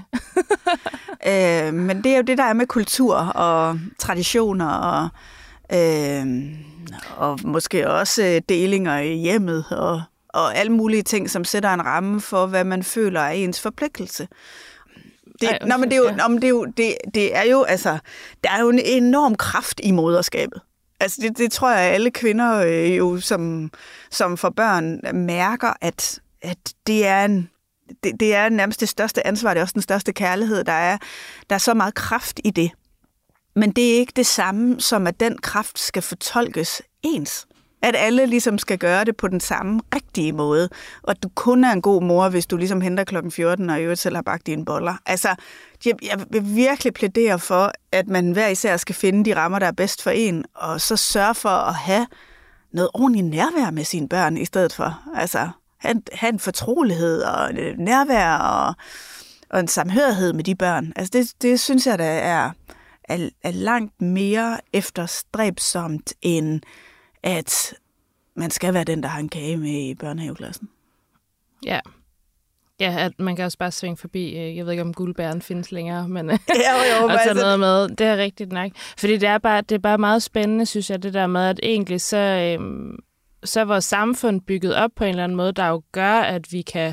øh, men det er jo det, der er med kultur og traditioner og, øh, og måske også delinger i hjemmet og, og alle mulige ting, som sætter en ramme for, hvad man føler er ens forpligtelse. Det, Ej, okay, nå, men det er jo, ja. nå, men det er jo, det, det er jo, altså, der er jo en enorm kraft i moderskabet. Altså det, det tror jeg, at alle kvinder øh, jo, som, som får børn, mærker, at, at det er en, det, det er nærmest det største ansvar, det er også den største kærlighed, der er. Der er så meget kraft i det. Men det er ikke det samme, som at den kraft skal fortolkes ens. At alle ligesom skal gøre det på den samme rigtige måde. Og at du kun er en god mor, hvis du ligesom henter klokken fjorten, og i øvrigt selv har bagt dine boller. Altså, jeg, jeg vil virkelig plædere for, at man hver især skal finde de rammer, der er bedst for en, og så sørge for at have noget ordentligt nærvær med sine børn i stedet for. Altså, have, have en fortrolighed og nærvær og, og en samhørighed med de børn. Altså, det, det synes jeg, der er, er, er langt mere efterstræbsomt, end at man skal være den, der har en kage med i børnehaveklassen. Ja. Ja, at man kan også bare svinge forbi. Jeg ved ikke, om guldbæren findes længere, men ja, jo, og tage altså... noget med. Det er rigtigt nok. Fordi det er bare, det er bare meget spændende, synes jeg, det der med, at egentlig så, øhm, så er vores samfund bygget op på en eller anden måde, der jo gør, at vi kan,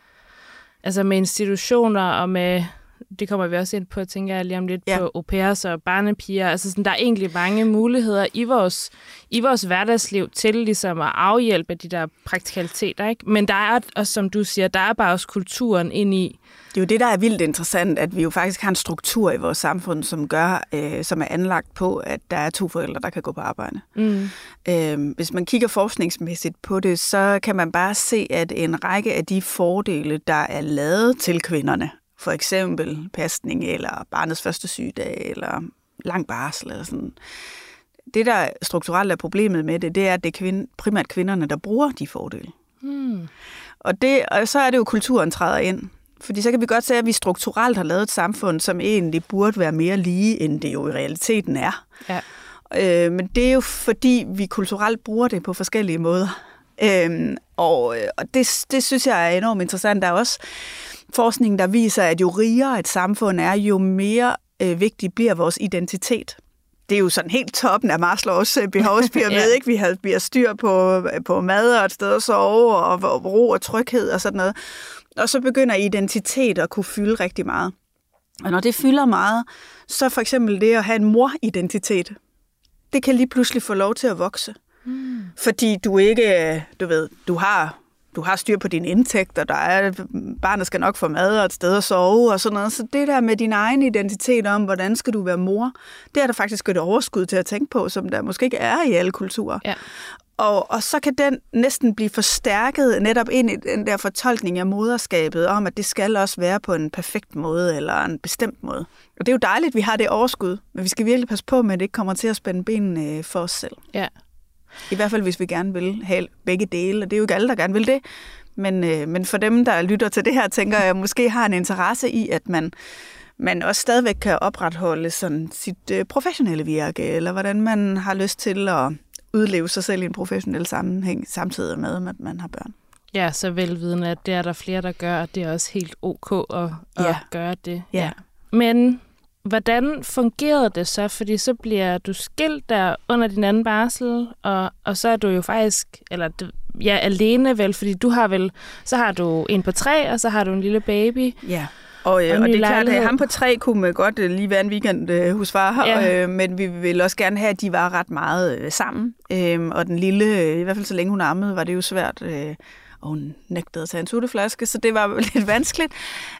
altså med institutioner og med, det kommer vi også ind på, tænker jeg lige om lidt, ja. På au pairs og barnepiger. Altså sådan, der er egentlig mange muligheder i vores, i vores hverdagsliv til ligesom at afhjælpe de der praktikaliteter, ikke? Men der er også, som du siger, der er bare også kulturen ind i. Det er jo det, der er vildt interessant, at vi jo faktisk har en struktur i vores samfund, som gør, øh, som er anlagt på, at der er to forældre, der kan gå på arbejde. Mm. Øh, hvis man kigger forskningsmæssigt på det, så kan man bare se, at en række af de fordele, der er lavet til kvinderne, for eksempel pasning eller barnets første sygedag eller lang barsel eller sådan. Det, der strukturelt er problemet med det, det er, at det er kvinde, primært kvinderne, der bruger de fordele. Hmm. Og, det, og så er det jo, kulturen træder ind. Fordi så kan vi godt se, at vi strukturelt har lavet et samfund, som egentlig burde være mere lige, end det jo i realiteten er. Ja. Øh, men det er jo, fordi vi kulturelt bruger det på forskellige måder. Øh, og og det, det synes jeg er enormt interessant. Der er også forskning, der viser, at jo rigere et samfund er, jo mere øh, vigtig bliver vores identitet. Det er jo sådan helt toppen af Maslows behovspyramide, ja. Ikke? Vi har, vi har styr på, på mad og et sted at sove, og, og ro og tryghed og sådan noget. Og så begynder identitet at kunne fylde rigtig meget. Og når det fylder meget, så for eksempel det at have en moridentitet, det kan lige pludselig få lov til at vokse. Mm. Fordi du ikke, du ved, du har... Du har styr på dine indtægter, der er, barnet skal nok få mad og et sted at sove og sådan noget. Så det der med din egen identitet om, hvordan skal du være mor, det er der faktisk et overskud til at tænke på, som der måske ikke er i alle kulturer. Ja. Og, og så kan den næsten blive forstærket netop ind i den der fortolkning af moderskabet, om at det skal også være på en perfekt måde eller en bestemt måde. Og det er jo dejligt, at vi har det overskud, men vi skal virkelig passe på med, at det ikke kommer til at spænde benene for os selv. Ja. I hvert fald, hvis vi gerne vil have begge dele, og det er jo ikke alle, der gerne vil det. Men, øh, men for dem, der lytter til det her, tænker jeg, måske har en interesse i, at man, man også stadigvæk kan opretholde sådan sit øh, professionelle virke, eller hvordan man har lyst til at udleve sig selv i en professionel sammenhæng, samtidig med, at man har børn. Ja, så velvidende, at det er der flere, der gør, og det er også helt ok at, at ja. gøre det. Ja. Ja. Men... hvordan fungerede det så? Fordi så bliver du skilt der under din anden barsel, og, og så er du jo faktisk, eller ja, alene vel, fordi du har vel, så har du en på tre, og så har du en lille baby. Ja, og, og, og det er klart, at ham på tre kunne man godt lige være en weekend øh, hos far, ja. øh, men vi ville også gerne have, at de var ret meget øh, sammen. Øh, og den lille, i hvert fald så længe hun ammede, var det jo svært, øh, og hun nægtede at tage en sutteflaske, så det var lidt vanskeligt.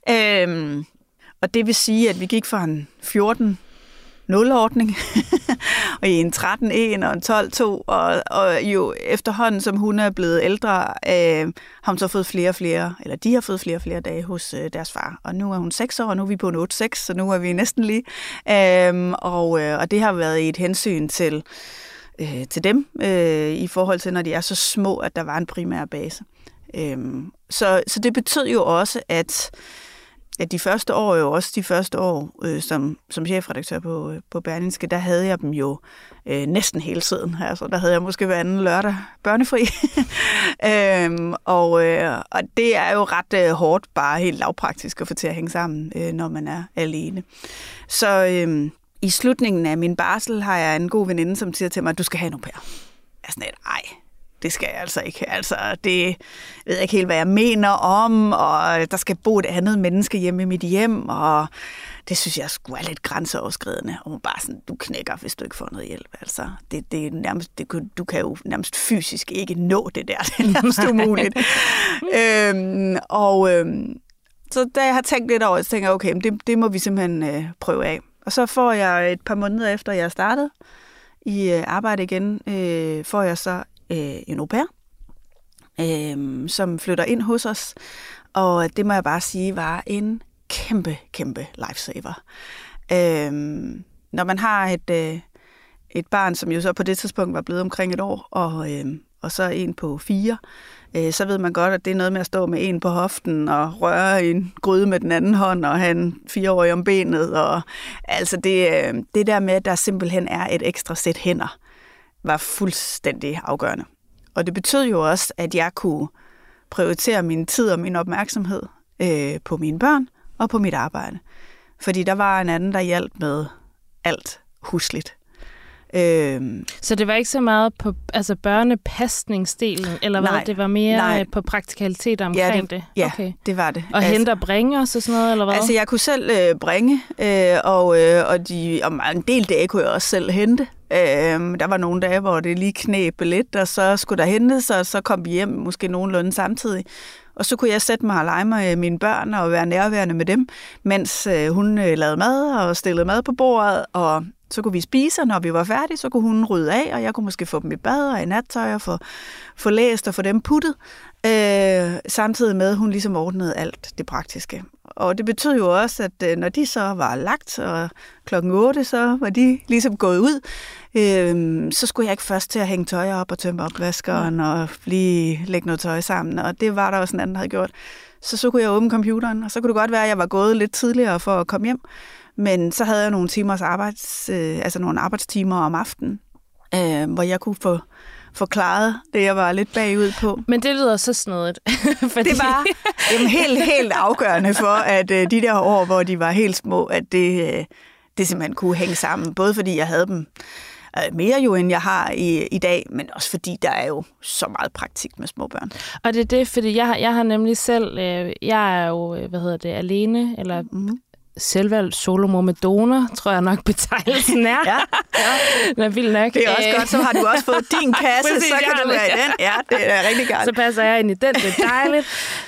Øh, Og det vil sige, at vi gik fra en fjorten nul-ordning, og i en tretten en og en tolv to, og, og jo efterhånden, som hun er blevet ældre, øh, har hun så fået flere og flere, eller de har fået flere og flere dage hos øh, deres far. Og nu er hun seks år, og nu er vi på en otte seks, så nu er vi næsten lige. Øh, og, øh, og det har været et hensyn til, øh, til dem, øh, i forhold til, når de er så små, at der var en primær base. Øh, så, så det betød jo også, at at de første år, jo også de første år, øh, som, som chefredaktør på, øh, på Berlingske, der havde jeg dem jo øh, næsten hele tiden. Altså, der havde jeg måske hver anden lørdag børnefri. øhm, og, øh, og det er jo ret øh, hårdt, bare helt lavpraktisk at få til at hænge sammen, øh, når man er alene. Så øh, i slutningen af min barsel har jeg en god veninde, som siger til mig, at du skal have en au pair. Jeg er sådan et, ej. Det skal jeg altså ikke. Altså, det ved jeg ikke helt, hvad jeg mener om, og der skal bo et andet menneske hjemme i mit hjem, og det synes jeg skulle være lidt grænseoverskridende. Og bare sådan, du knækker, hvis du ikke får noget hjælp. Altså, det, det er nærmest, det, du kan jo nærmest fysisk ikke nå det der. Det er nærmest umuligt. øhm, og øhm, så da jeg har tænkt lidt over, så tænker jeg, okay, det, det må vi simpelthen øh, prøve af. Og så får jeg et par måneder efter, jeg er startet i øh, arbejde igen, øh, får jeg så en au pair, øh, som flytter ind hos os, og det må jeg bare sige var en kæmpe, kæmpe lifesaver. Øh, når man har et, øh, et barn, som jo så på det tidspunkt var blevet omkring et år, og, øh, og så en på fire, øh, så ved man godt, at det er noget med at stå med en på hoften og røre en gryde med den anden hånd og have en fireårig om benet. Og, altså det, øh, det der med, at der simpelthen er et ekstra sæt hænder, var fuldstændig afgørende. Og det betød jo også, at jeg kunne prioritere min tid og min opmærksomhed øh, på mine børn og på mit arbejde. Fordi der var en anden, der hjalp med alt husligt. Øhm, så det var ikke så meget på altså børnepasningsdelen, eller hvad? Nej, det var mere nej. på praktikaliteter omkring ja, det, det? Ja, okay. det var det. Og altså, hente og bringe og sådan noget, eller hvad? Altså, jeg kunne selv øh, bringe, øh, og, øh, og, de, og en del dage kunne jeg også selv hente. Øh, der var nogle dage, hvor det lige knæb lidt, og så skulle der hentes, og så kom vi hjem måske nogenlunde samtidig. Og så kunne jeg sætte mig og lege med mine børn og være nærværende med dem, mens øh, hun øh, lavede mad og stillede mad på bordet, og så kunne vi spise, og når vi var færdige, så kunne hun rydde af, og jeg kunne måske få dem i bad og i nattøj og få, få læst og få dem puttet, øh, samtidig med, at hun ligesom ordnede alt det praktiske. Og det betød jo også, at øh, når de så var lagt, og klokken otte, så var de ligesom gået ud, øh, så skulle jeg ikke først til at hænge tøj op og tømme opvaskeren og lige lægge noget tøj sammen, og det var der også en anden, der havde gjort. Så så kunne jeg åbne computeren, og så kunne det godt være, at jeg var gået lidt tidligere for at komme hjem. Men så havde jeg nogle timers arbejds, øh, altså nogle arbejdstimer om aftenen, øh, hvor jeg kunne få forklaret det, jeg var lidt bagud på. Men det lyder så snedigt. Fordi... Det var jamen, helt, helt afgørende for, at øh, de der år, hvor de var helt små, at det, øh, det simpelthen kunne hænge sammen. Både fordi jeg havde dem øh, mere jo, end jeg har i, i dag, men også fordi der er jo så meget praktik med små børn. Og det er det, fordi jeg, jeg har nemlig selv, øh, jeg er jo, hvad hedder det, alene, eller... Mm-hmm. Selvvalgt solomor med donor, tror jeg nok betegnelsen er. ja, ja. Den er vild nok. Det er også godt, så har du også fået din kasse, præcis, så kan du være i den. Ja, det er rigtig godt. Så passer jeg ind i den, det er dejligt.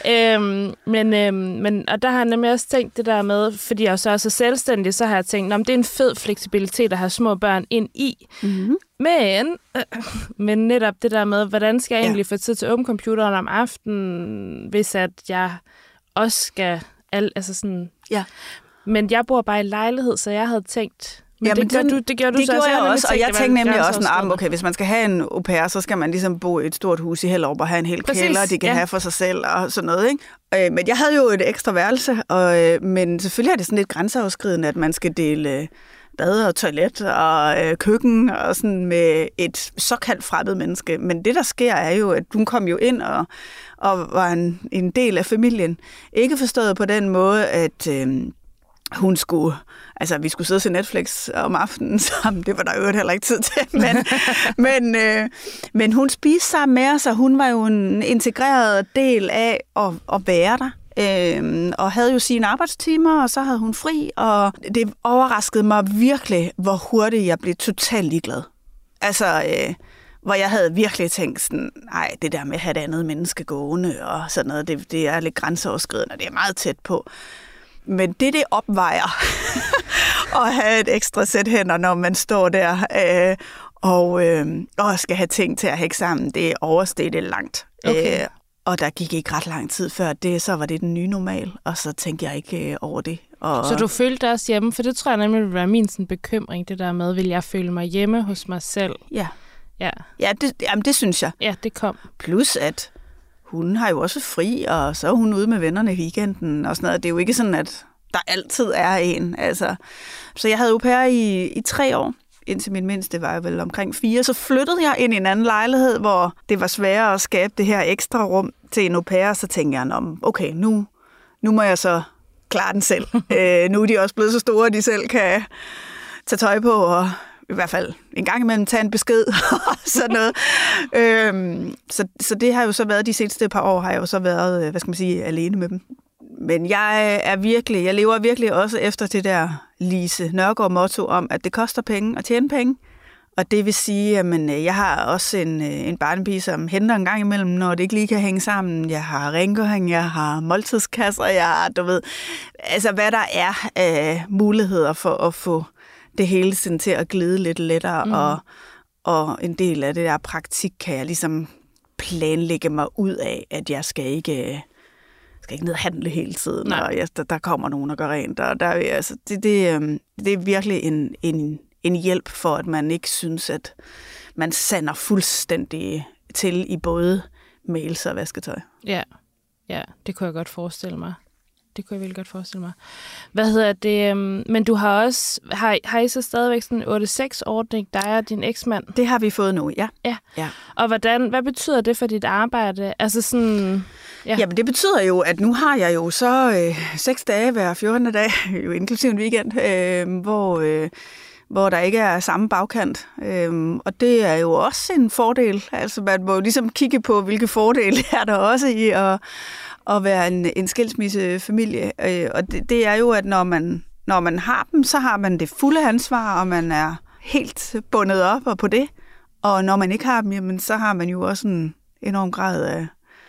øhm, men, øhm, men, og der har jeg nemlig også tænkt det der med, fordi jeg så er så selvstændig, så har jeg tænkt, det er en fed fleksibilitet at have små børn ind i. Mm-hmm. Men, øh, men netop det der med, hvordan skal jeg egentlig ja. få tid til at åbne computeren om aftenen, hvis at jeg også skal... Al, altså sådan... Ja. Men jeg bor bare i lejlighed, så jeg havde tænkt... Men ja, det, gør du, det gjorde du det så. Det gjorde jeg også, og jeg tænkte nemlig også, sådan, okay, hvis man skal have en au pair, så skal man ligesom bo i et stort hus i Hellerup og have en hel Præcis, kælder, de kan ja. have for sig selv og sådan noget, ikke? Øh, men jeg havde jo et ekstra værelse, og, øh, men selvfølgelig er det sådan lidt grænseoverskridende, at man skal dele bad og toilet og øh, køkken og sådan med et såkaldt fremmed menneske. Men det, der sker, er jo, at hun kom jo ind og, og var en, en del af familien. Ikke forstået på den måde, at... Øh, hun skulle, altså vi skulle sidde og se Netflix om aftenen sammen, det var der jo heller ikke tid til, men, men, øh, men hun spiste sammen med os, og hun var jo en integreret del af at, at være der, øh, og havde jo sine arbejdstimer, og så havde hun fri, og det overraskede mig virkelig, hvor hurtigt jeg blev totalt ligeglad. Altså, øh, hvor jeg havde virkelig tænkt sådan, nej, det der med at have et andet menneske gående, og sådan noget, det, det er lidt grænseoverskridende, og det er meget tæt på. Men det, det opvejer at have et ekstra sæt hænder, når man står der øh, og, øh, og skal have ting til at hække sammen, det oversteg det langt. Okay. Øh, og der gik ikke ret lang tid før det, så var det den nye normal, og så tænkte jeg ikke øh, over det. Og... Så du følte dig også hjemme? For det tror jeg nemlig ville være min sådan, bekymring, det der med, vil jeg føle mig hjemme hos mig selv? Ja, ja. ja det, jamen, det synes jeg. Ja, det kom. Plus at hun har jo også fri, og så er hun ude med vennerne i weekenden og sådan noget. Det er jo ikke sådan, at der altid er en. Altså. Så jeg havde au pair i, i tre år, indtil min mindste var vel omkring fire. Så flyttede jeg ind i en anden lejlighed, hvor det var sværere at skabe det her ekstra rum til en au pair. Så tænkte jeg, okay, nu, nu må jeg så klare den selv. øh, nu er de også blevet så store, at de selv kan tage tøj på og i hvert fald en gang imellem tage en besked og sådan noget. øhm, så, så det har jo så været, de seneste par år har jeg jo så været, hvad skal man sige, alene med dem. Men jeg er virkelig, jeg lever virkelig også efter det der Lise Nørgaard motto om, at det koster penge at tjene penge. Og det vil sige, at jeg har også en, en barnepige, som henter en gang imellem, når det ikke lige kan hænge sammen. Jeg har rengøring, jeg har måltidskasser, jeg har, du ved, altså hvad der er af muligheder for at få det hele sådan til at glide lidt lettere, mm. og, og en del af det der praktik kan jeg ligesom planlægge mig ud af, at jeg skal ikke, skal ikke ned og handle hele tiden, Nej. og jeg, der, der kommer nogen og gør rent, og der, altså, det, det, det er virkelig en, en, en hjælp for, at man ikke synes, at man sander fuldstændig til i både mails og vasketøj. Ja, ja, det kunne jeg godt forestille mig. Det kunne jeg virkelig godt forestille mig. Hvad hedder det? Um, men du har også, har, har I så stadigvæk sådan en otte seks ordning, dig og din eksmand? Det har vi fået nu, ja. Ja. ja. Og hvordan, hvad betyder det for dit arbejde? Altså sådan... Ja. Jamen, det betyder jo, at nu har jeg jo så øh, seks dage hver fjortende dag, jo inklusive en weekend, øh, hvor... Øh, hvor der ikke er samme bagkant. Øhm, og det er jo også en fordel. Altså, man må jo ligesom kigge på, hvilke fordele er der også i at, at være en, en skilsmissefamilie. Øh, og det, det er jo, at når man, når man har dem, så har man det fulde ansvar, og man er helt bundet op og på det. Og når man ikke har dem, jamen, så har man jo også en enorm grad af,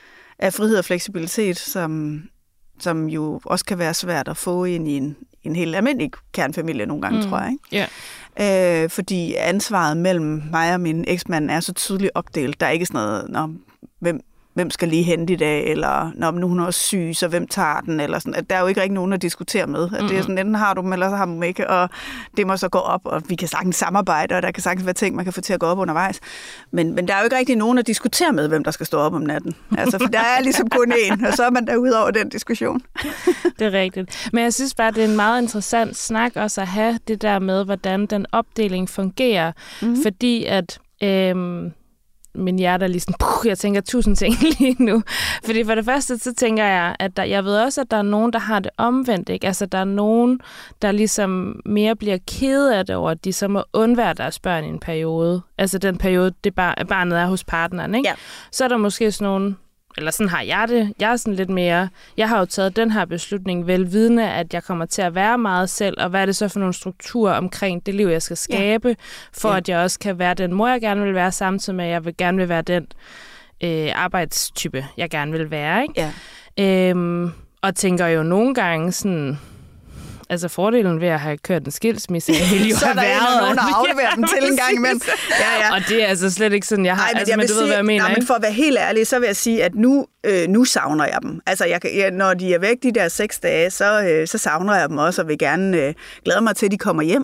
af frihed og fleksibilitet, som, som jo også kan være svært at få ind i en en helt almindelig kernfamilie nogle gange, mm. tror jeg. Ikke? Yeah. Øh, fordi ansvaret mellem mig og min eksmand er så tydeligt opdelt. Der er ikke sådan noget, når, hvem, hvem skal lige hente i dag, eller når nu hun er også syg, så hvem tager den, eller sådan. Der er jo ikke rigtig nogen at diskutere med. At det er sådan, enten har du dem, eller så har du dem ikke, og det må så gå op, og vi kan sagtens samarbejde, og der kan sagtens være ting, man kan få til at gå op undervejs. Men, men der er jo ikke rigtig nogen at diskutere med, hvem der skal stå op om natten. Altså, for der er ligesom kun én, og så er man derude over den diskussion. Det er rigtigt. Men jeg synes bare, det er en meget interessant snak også at have det der med, hvordan den opdeling fungerer, mm-hmm. fordi at... Øhm, min hjerte er lige sådan, puh, jeg tænker tusind ting lige nu. Fordi for det første, så tænker jeg, at der, jeg ved også, at der er nogen, der har det omvendt, ikke? Altså, der er nogen, der ligesom mere bliver kede af det over, at de så må undvære deres børn i en periode. Altså den periode, det bar, barnet er hos partneren, ikke? Ja. Så er der måske sådan nogen, eller sådan har jeg det. Jeg er sådan lidt mere, jeg har jo taget den her beslutning velvidende, at jeg kommer til at være meget selv, og hvad er det så for nogle strukturer omkring det liv, jeg skal skabe, ja. for ja. at jeg også kan være den mor, jeg gerne vil være, samtidig med, at jeg vil gerne vil være den øh, arbejdstype, jeg gerne vil være. Ikke? Ja. Øhm, og tænker jo nogle gange sådan... Altså fordelen ved at have kørt en skilsmisse, jeg ville jo så have været. Så er der nogen, der afleverer dem til en gang imellem. Ja, ja. Og det er altså slet ikke sådan, jeg har... Ej, men altså, men du sige, ved, hvad jeg mener, nej, men for at være helt ærlig, så vil jeg sige, at nu, øh, nu savner jeg dem. Altså, jeg, jeg, når de er væk de der seks dage, så, øh, så savner jeg dem også, og vil gerne øh, glæde mig til, at de kommer hjem.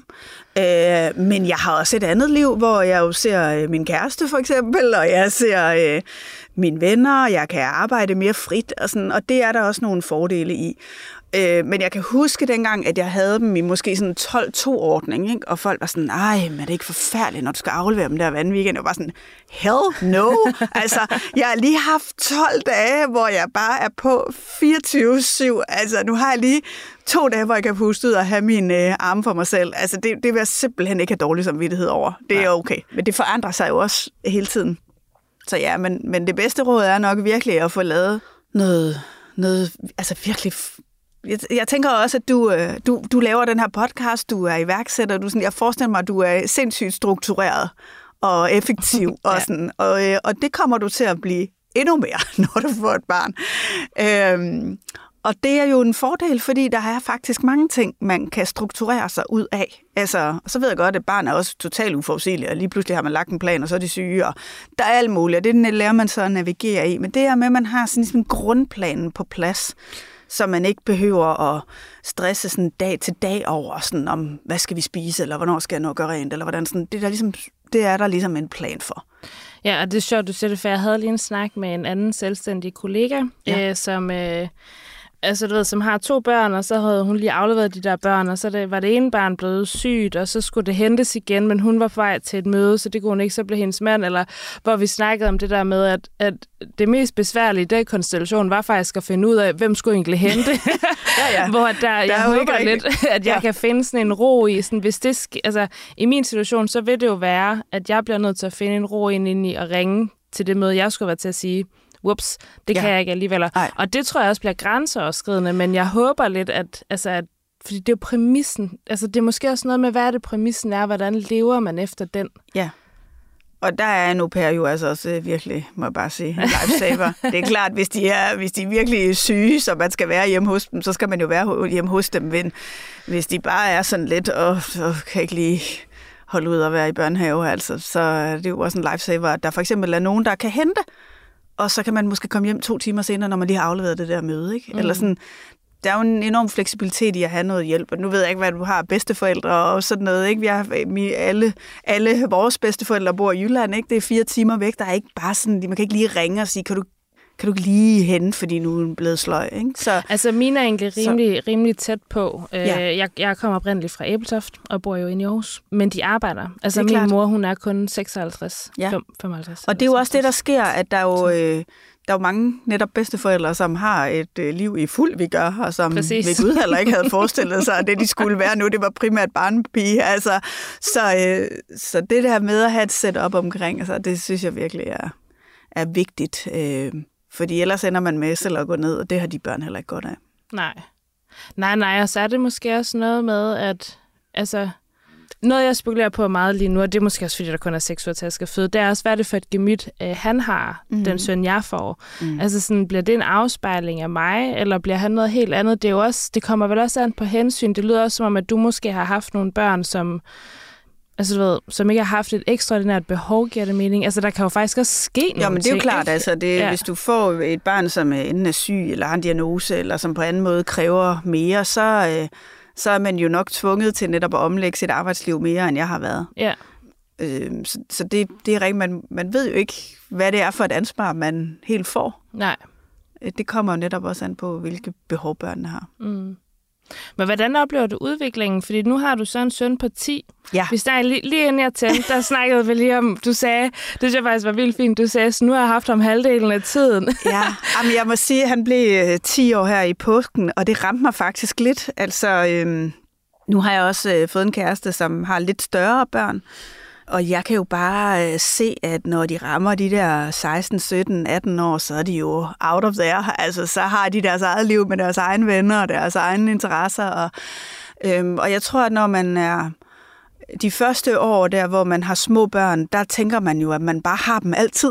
Øh, men jeg har også et andet liv, hvor jeg jo ser øh, min kæreste, for eksempel, og jeg ser... Øh, mine venner, og jeg kan arbejde mere frit, og, sådan, og det er der også nogle fordele i. Øh, men jeg kan huske dengang, at jeg havde dem i måske sådan en tolv to ordning, ikke? Og folk var sådan, ej, men er det ikke forfærdeligt, når du skal aflevere dem der hver anden weekend? Jeg var sådan, hell no! Altså, jeg har lige haft tolv dage, hvor jeg bare er på fireogtyve syv. Altså, nu har jeg lige to dage, hvor jeg kan puste ud og have mine øh, arme for mig selv. Altså, det, det vil jeg simpelthen ikke have dårlig samvittighed over. Det er okay. Men det forandrer sig jo også hele tiden. Så ja, men, men det bedste råd er nok virkelig at få lavet noget, noget altså virkelig... Jeg, jeg tænker også, at du, du, du laver den her podcast, du er iværksætter, du sådan, jeg forestiller mig, at du er sindssygt struktureret og effektiv, ja. og, sådan, og, og det kommer du til at blive endnu mere, når du får et barn. Øhm, Og det er jo en fordel, fordi der er faktisk mange ting, man kan strukturere sig ud af. Altså, så ved jeg godt, at barn er også totalt uforudsigeligt, og lige pludselig har man lagt en plan, og så er de syge, og der er alt muligt, og det lærer man så at navigere i. Men det er med, at man har sådan ligesom grundplanen på plads, så man ikke behøver at stresse sådan dag til dag over, sådan om, hvad skal vi spise, eller hvornår skal jeg nå at gøre rent, eller hvordan sådan. Det er der ligesom, det er der ligesom en plan for. Ja, og det er sjovt, du siger det, for jeg havde lige en snak med en anden selvstændig kollega, ja. øh, som... Øh, Altså, du ved, som har to børn, og så havde hun lige afleveret de der børn, og så det, var det ene barn blevet sygt, og så skulle det hentes igen, men hun var på vej til et møde, så det kunne hun ikke, så blev hendes mand, eller hvor vi snakkede om det der med, at, at det mest besværlige i den konstellation var faktisk at finde ud af, hvem skulle egentlig hente. ja, ja. Hvor der, der jeg håber lidt, at jeg ja. kan finde sådan en ro i, sådan, hvis det sk- altså, i min situation, så vil det jo være, at jeg bliver nødt til at finde en ro ind, ind i at ringe til det møde, jeg skulle være til at sige, whoops, det ja. kan jeg ikke alligevel. Ej. Og det tror jeg også bliver grænseoverskridende, men jeg håber lidt, at, altså, at fordi det er jo præmissen, altså det er måske også noget med, hvad er det præmissen er, hvordan lever man efter den? Ja, og der er en au pair jo altså også virkelig, må jeg bare sige, en lifesaver. Det er klart, hvis de er, hvis de er virkelig syge, så man skal være hjemme hos dem, så skal man jo være hjemme hos dem, men hvis de bare er sådan lidt, og så kan ikke lige holde ud og være i børnehave, altså, så er det jo også en lifesaver, at der for eksempel er nogen, der kan hente, og så kan man måske komme hjem to timer senere, når man lige har afleveret det der møde, ikke? Mm. Eller sådan, der er jo en enorm fleksibilitet i at have noget hjælp, og nu ved jeg ikke, hvad du har, bedsteforældre og sådan noget, ikke? Vi har alle, alle vores bedsteforældre bor i Jylland, ikke? Det er fire timer væk, der er ikke bare sådan, man kan ikke lige ringe og sige, kan du kan du ikke lige hente, fordi nu er den blevet sløj, ikke? Så, altså, mine er egentlig rimelig, så, rimelig tæt på. Ja. Jeg, jeg kommer oprindeligt fra Ebeltoft og bor jo inde i Aarhus, men de arbejder. Altså, min klart. mor, hun er kun seksoghalvtreds, ja. femoghalvtreds. Og det er jo også det, der sker, at der er jo, øh, der er jo mange netop bedsteforældre, som har et øh, liv i fuld vigør, og som Præcis. ved Gud heller ikke havde forestillet sig, at det, de skulle være nu, det var primært barnepige. Altså, så, øh, så det der med at have et setup omkring, altså, det synes jeg virkelig er, er vigtigt. Øh, Fordi ellers ender man med selv at gå ned, og det har de børn heller ikke godt af. Nej. Nej, nej, og så er det måske også noget med, at altså, noget jeg spekulerer på meget lige nu, og det er måske også fordi, der kun er seks uger til at skal føde, det er også, hvad er det for et gemyt, øh, han har, mm. den søn, jeg får. Mm. Altså sådan, bliver det en afspejling af mig, eller bliver han noget helt andet? Det er jo også, det kommer vel også an på hensyn. Det lyder også som om, at du måske har haft nogle børn, som Altså, du ved, som ikke har haft et ekstraordinært behov, giver det mening. Altså, der kan jo faktisk også ske nogle ting. Ja, men det er jo klart, ikke? altså, det, ja. Hvis du får et barn, som enten er syg, eller har en diagnose, eller som på anden måde kræver mere, så, øh, så er man jo nok tvunget til netop at omlægge sit arbejdsliv mere, end jeg har været. Ja. Øh, så så det, det er rigtigt, man, man ved jo ikke, hvad det er for et ansvar, man helt får. Nej. Det kommer jo netop også an på, hvilke behov børnene har. Mm. Men hvordan oplever du udviklingen? Fordi nu har du så en søn på ti. Ja. Vi snakkede lige, lige inden jeg tændte, der snakkede vi lige om, du sagde, det synes jeg faktisk var vildt fint, du sagde, så nu har jeg haft ham halvdelen af tiden. Ja, jamen, jeg må sige, at han blev ti år her i påsken, og det ramte mig faktisk lidt. Altså, øhm, nu har jeg også øh, fået en kæreste, som har lidt større børn, og jeg kan jo bare øh, se, at når de rammer de der seksten, sytten, atten år, så er de jo out of there. Altså, så har de deres eget liv med deres egne venner og deres egne interesser. Og, øhm, og jeg tror, at når man er de første år der, hvor man har små børn, der tænker man jo, at man bare har dem altid.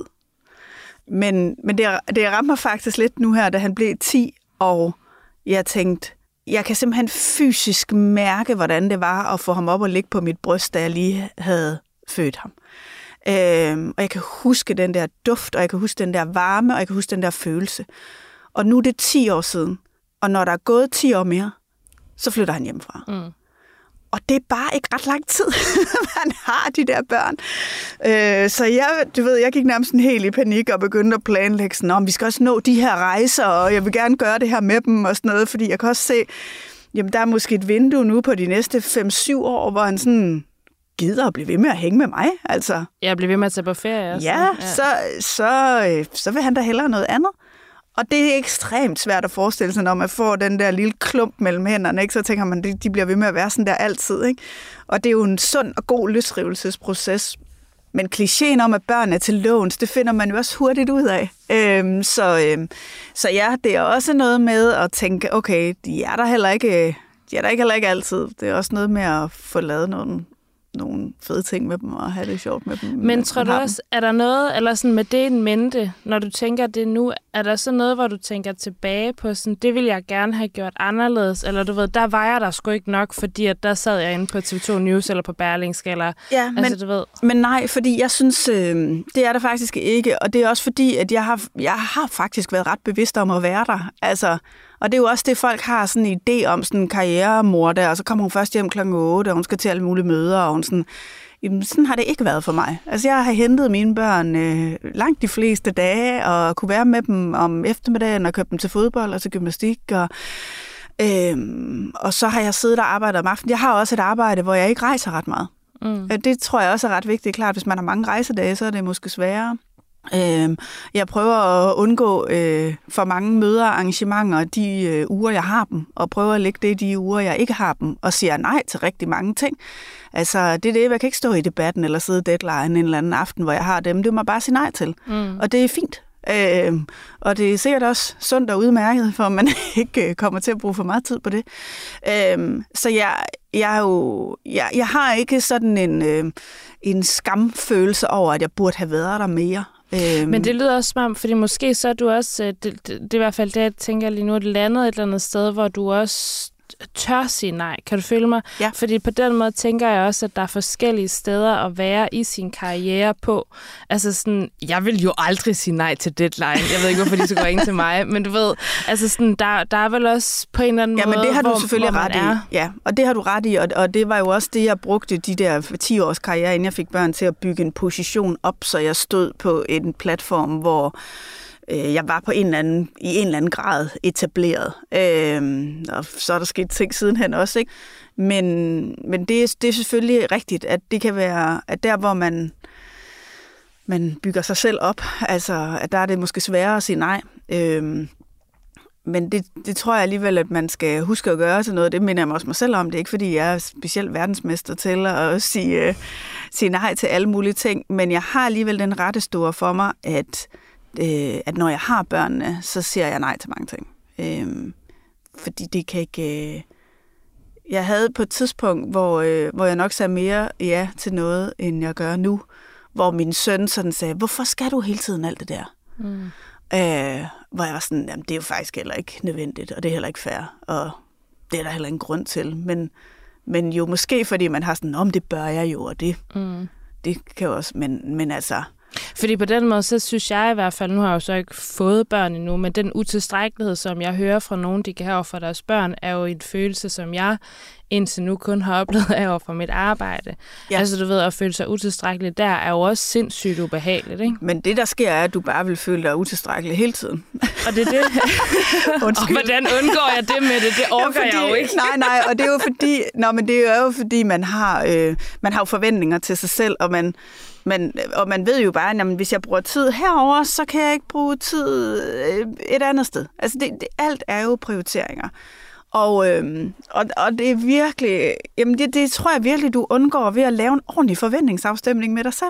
Men, men det, det rammer mig faktisk lidt nu her, da han blev ti, og jeg tænkte, jeg kan simpelthen fysisk mærke, hvordan det var at få ham op og ligge på mit bryst, da jeg lige havde født ham. Øhm, og jeg kan huske den der duft, og jeg kan huske den der varme, og jeg kan huske den der følelse. Og nu er det ti år siden, og når der er gået ti år mere, så flytter han hjemmefra. Mm. Og det er bare ikke ret lang tid, man har de der børn. Øh, så jeg, du ved, jeg gik nærmest helt i panik og begyndte at planlægge sådan, om vi skal også nå de her rejser, og jeg vil gerne gøre det her med dem og sådan noget, fordi jeg kan også se, jamen der er måske et vindue nu på de næste fem syv år, hvor han sådan gider at blive ved med at hænge med mig. Altså. Jeg bliver ved med at tage på ferie. Altså. Ja, ja. Så, så, så vil han da hellere noget andet. Og det er ekstremt svært at forestille sig, når man får den der lille klump mellem hænderne, ikke? Så tænker man, at de bliver ved med at være sådan der altid. Ikke? Og det er jo en sund og god løsrivelsesproces. Men klichéen om, at børn er til låns, det finder man jo også hurtigt ud af. Øhm, så, øhm, så ja, det er også noget med at tænke, okay, de er der heller ikke, de er der ikke heller ikke altid. Det er også noget med at få lavet nogle nogle fede ting med dem, og have det sjovt med dem. Men tror du også, er der noget, eller sådan med det en mente, når du tænker det nu, er der så noget, hvor du tænker tilbage på sådan, det ville jeg gerne have gjort anderledes, eller du ved, der var jeg der sgu ikke nok, fordi at der sad jeg inde på T V to News, eller på Berlingske, eller ja, men, altså, du ved. Men nej, fordi jeg synes, øh, det er der faktisk ikke, og det er også fordi, at jeg har, jeg har faktisk været ret bevidst om at være der, altså. Og det er jo også det, folk har sådan en idé om, sådan en karrieremor der, og så kommer hun først hjem klokken otte, og hun skal til alle mulige møder, og hun sådan, jamen, sådan har det ikke været for mig. Altså, jeg har hentet mine børn øh, langt de fleste dage, og kunne være med dem om eftermiddagen, og købe dem til fodbold og til gymnastik, og, øh, og så har jeg siddet og arbejdet om aftenen. Jeg har også et arbejde, hvor jeg ikke rejser ret meget. Mm. Det tror jeg også er ret vigtigt. Klart, hvis man har mange rejsedage, så er det måske sværere. Jeg prøver at undgå øh, for mange møder og arrangementer de øh, uger, jeg har dem, og prøver at lægge det i de uger, jeg ikke har dem, og siger nej til rigtig mange ting. Altså, det er det, jeg kan ikke stå i debatten eller sidde i deadline en eller anden aften, hvor jeg har dem. Det må jeg bare sige nej til. Mm. Og det er fint. Øh, og det er sikkert også sundt og udmærket, for man ikke kommer til at bruge for meget tid på det. Øh, så jeg, jeg, er jo, jeg, jeg har ikke sådan en, øh, en skamfølelse over, at jeg burde have været der mere. Men det lyder også som om, fordi måske så er du også, det, det, det er i hvert fald det, jeg tænker lige nu, et landet et eller andet sted, hvor du også tør sige nej. Kan du følge mig? Ja. Fordi på den måde tænker jeg også, at der er forskellige steder at være i sin karriere på. Altså sådan, jeg vil jo aldrig sige nej til deadline. Jeg ved ikke, hvorfor de så går ind til mig, men du ved, altså sådan, der, der er vel også på en eller anden ja, måde, men det har du hvor, selvfølgelig hvor ret er. i. Ja, og det har du ret i, og, og det var jo også det, jeg brugte de der ti års karriere, inden jeg fik børn, til at bygge en position op, så jeg stod på en platform, hvor jeg var på en eller anden, i en eller anden grad etableret. Øhm, og så er der sket ting sidenhen også, ikke? Men, men det, er, det er selvfølgelig rigtigt, at det kan være, at der, hvor man, man bygger sig selv op, altså, at der er det måske sværere at sige nej. Øhm, men det, det tror jeg alligevel, at man skal huske at gøre til noget. Det minder jeg også mig selv om. Det er ikke, fordi jeg er specielt verdensmester til at sige, uh, sige nej til alle mulige ting. Men jeg har alligevel den rette store for mig, at at når jeg har børnene, så siger jeg nej til mange ting. Øhm, fordi det kan ikke... Øh... Jeg havde på et tidspunkt, hvor, øh, hvor jeg nok sagde mere ja til noget, end jeg gør nu, hvor min søn sådan sagde, hvorfor skal du hele tiden alt det der? Mm. Øh, hvor jeg var sådan, jamen det er jo faktisk heller ikke nødvendigt, og det er heller ikke fair, og det er der heller ingen grund til. Men, men jo måske, fordi man har sådan, om det bør jeg jo, og det, mm. det kan jo også... Men, men altså... Fordi på den måde, så synes jeg i hvert fald, nu har jeg jo så ikke fået børn endnu, men den utilstrækkelighed, som jeg hører fra nogen, de kan have over for deres børn, er jo en følelse, som jeg indtil nu kun har oplevet af over for mit arbejde. Ja. Altså du ved, at føle sig utilstrækkelig, der er jo også sindssygt ubehageligt, ikke? Men det, der sker, er, at du bare vil føle dig utilstrækkelig hele tiden. Og det er det. Og hvordan undgår jeg det med det? Det orker ja, fordi, jeg jo ikke. Nej, nej, og det er jo fordi, nå, men det er jo fordi, man har, øh, man har jo forventninger til sig selv, og man Men, og man ved jo bare, at hvis jeg bruger tid herover, så kan jeg ikke bruge tid et andet sted. Altså det, det, alt er jo prioriteringer. Og, øhm, og, og det er virkelig, jamen det, det tror jeg virkelig, du undgår ved at lave en ordentlig forventningsafstemning med dig selv.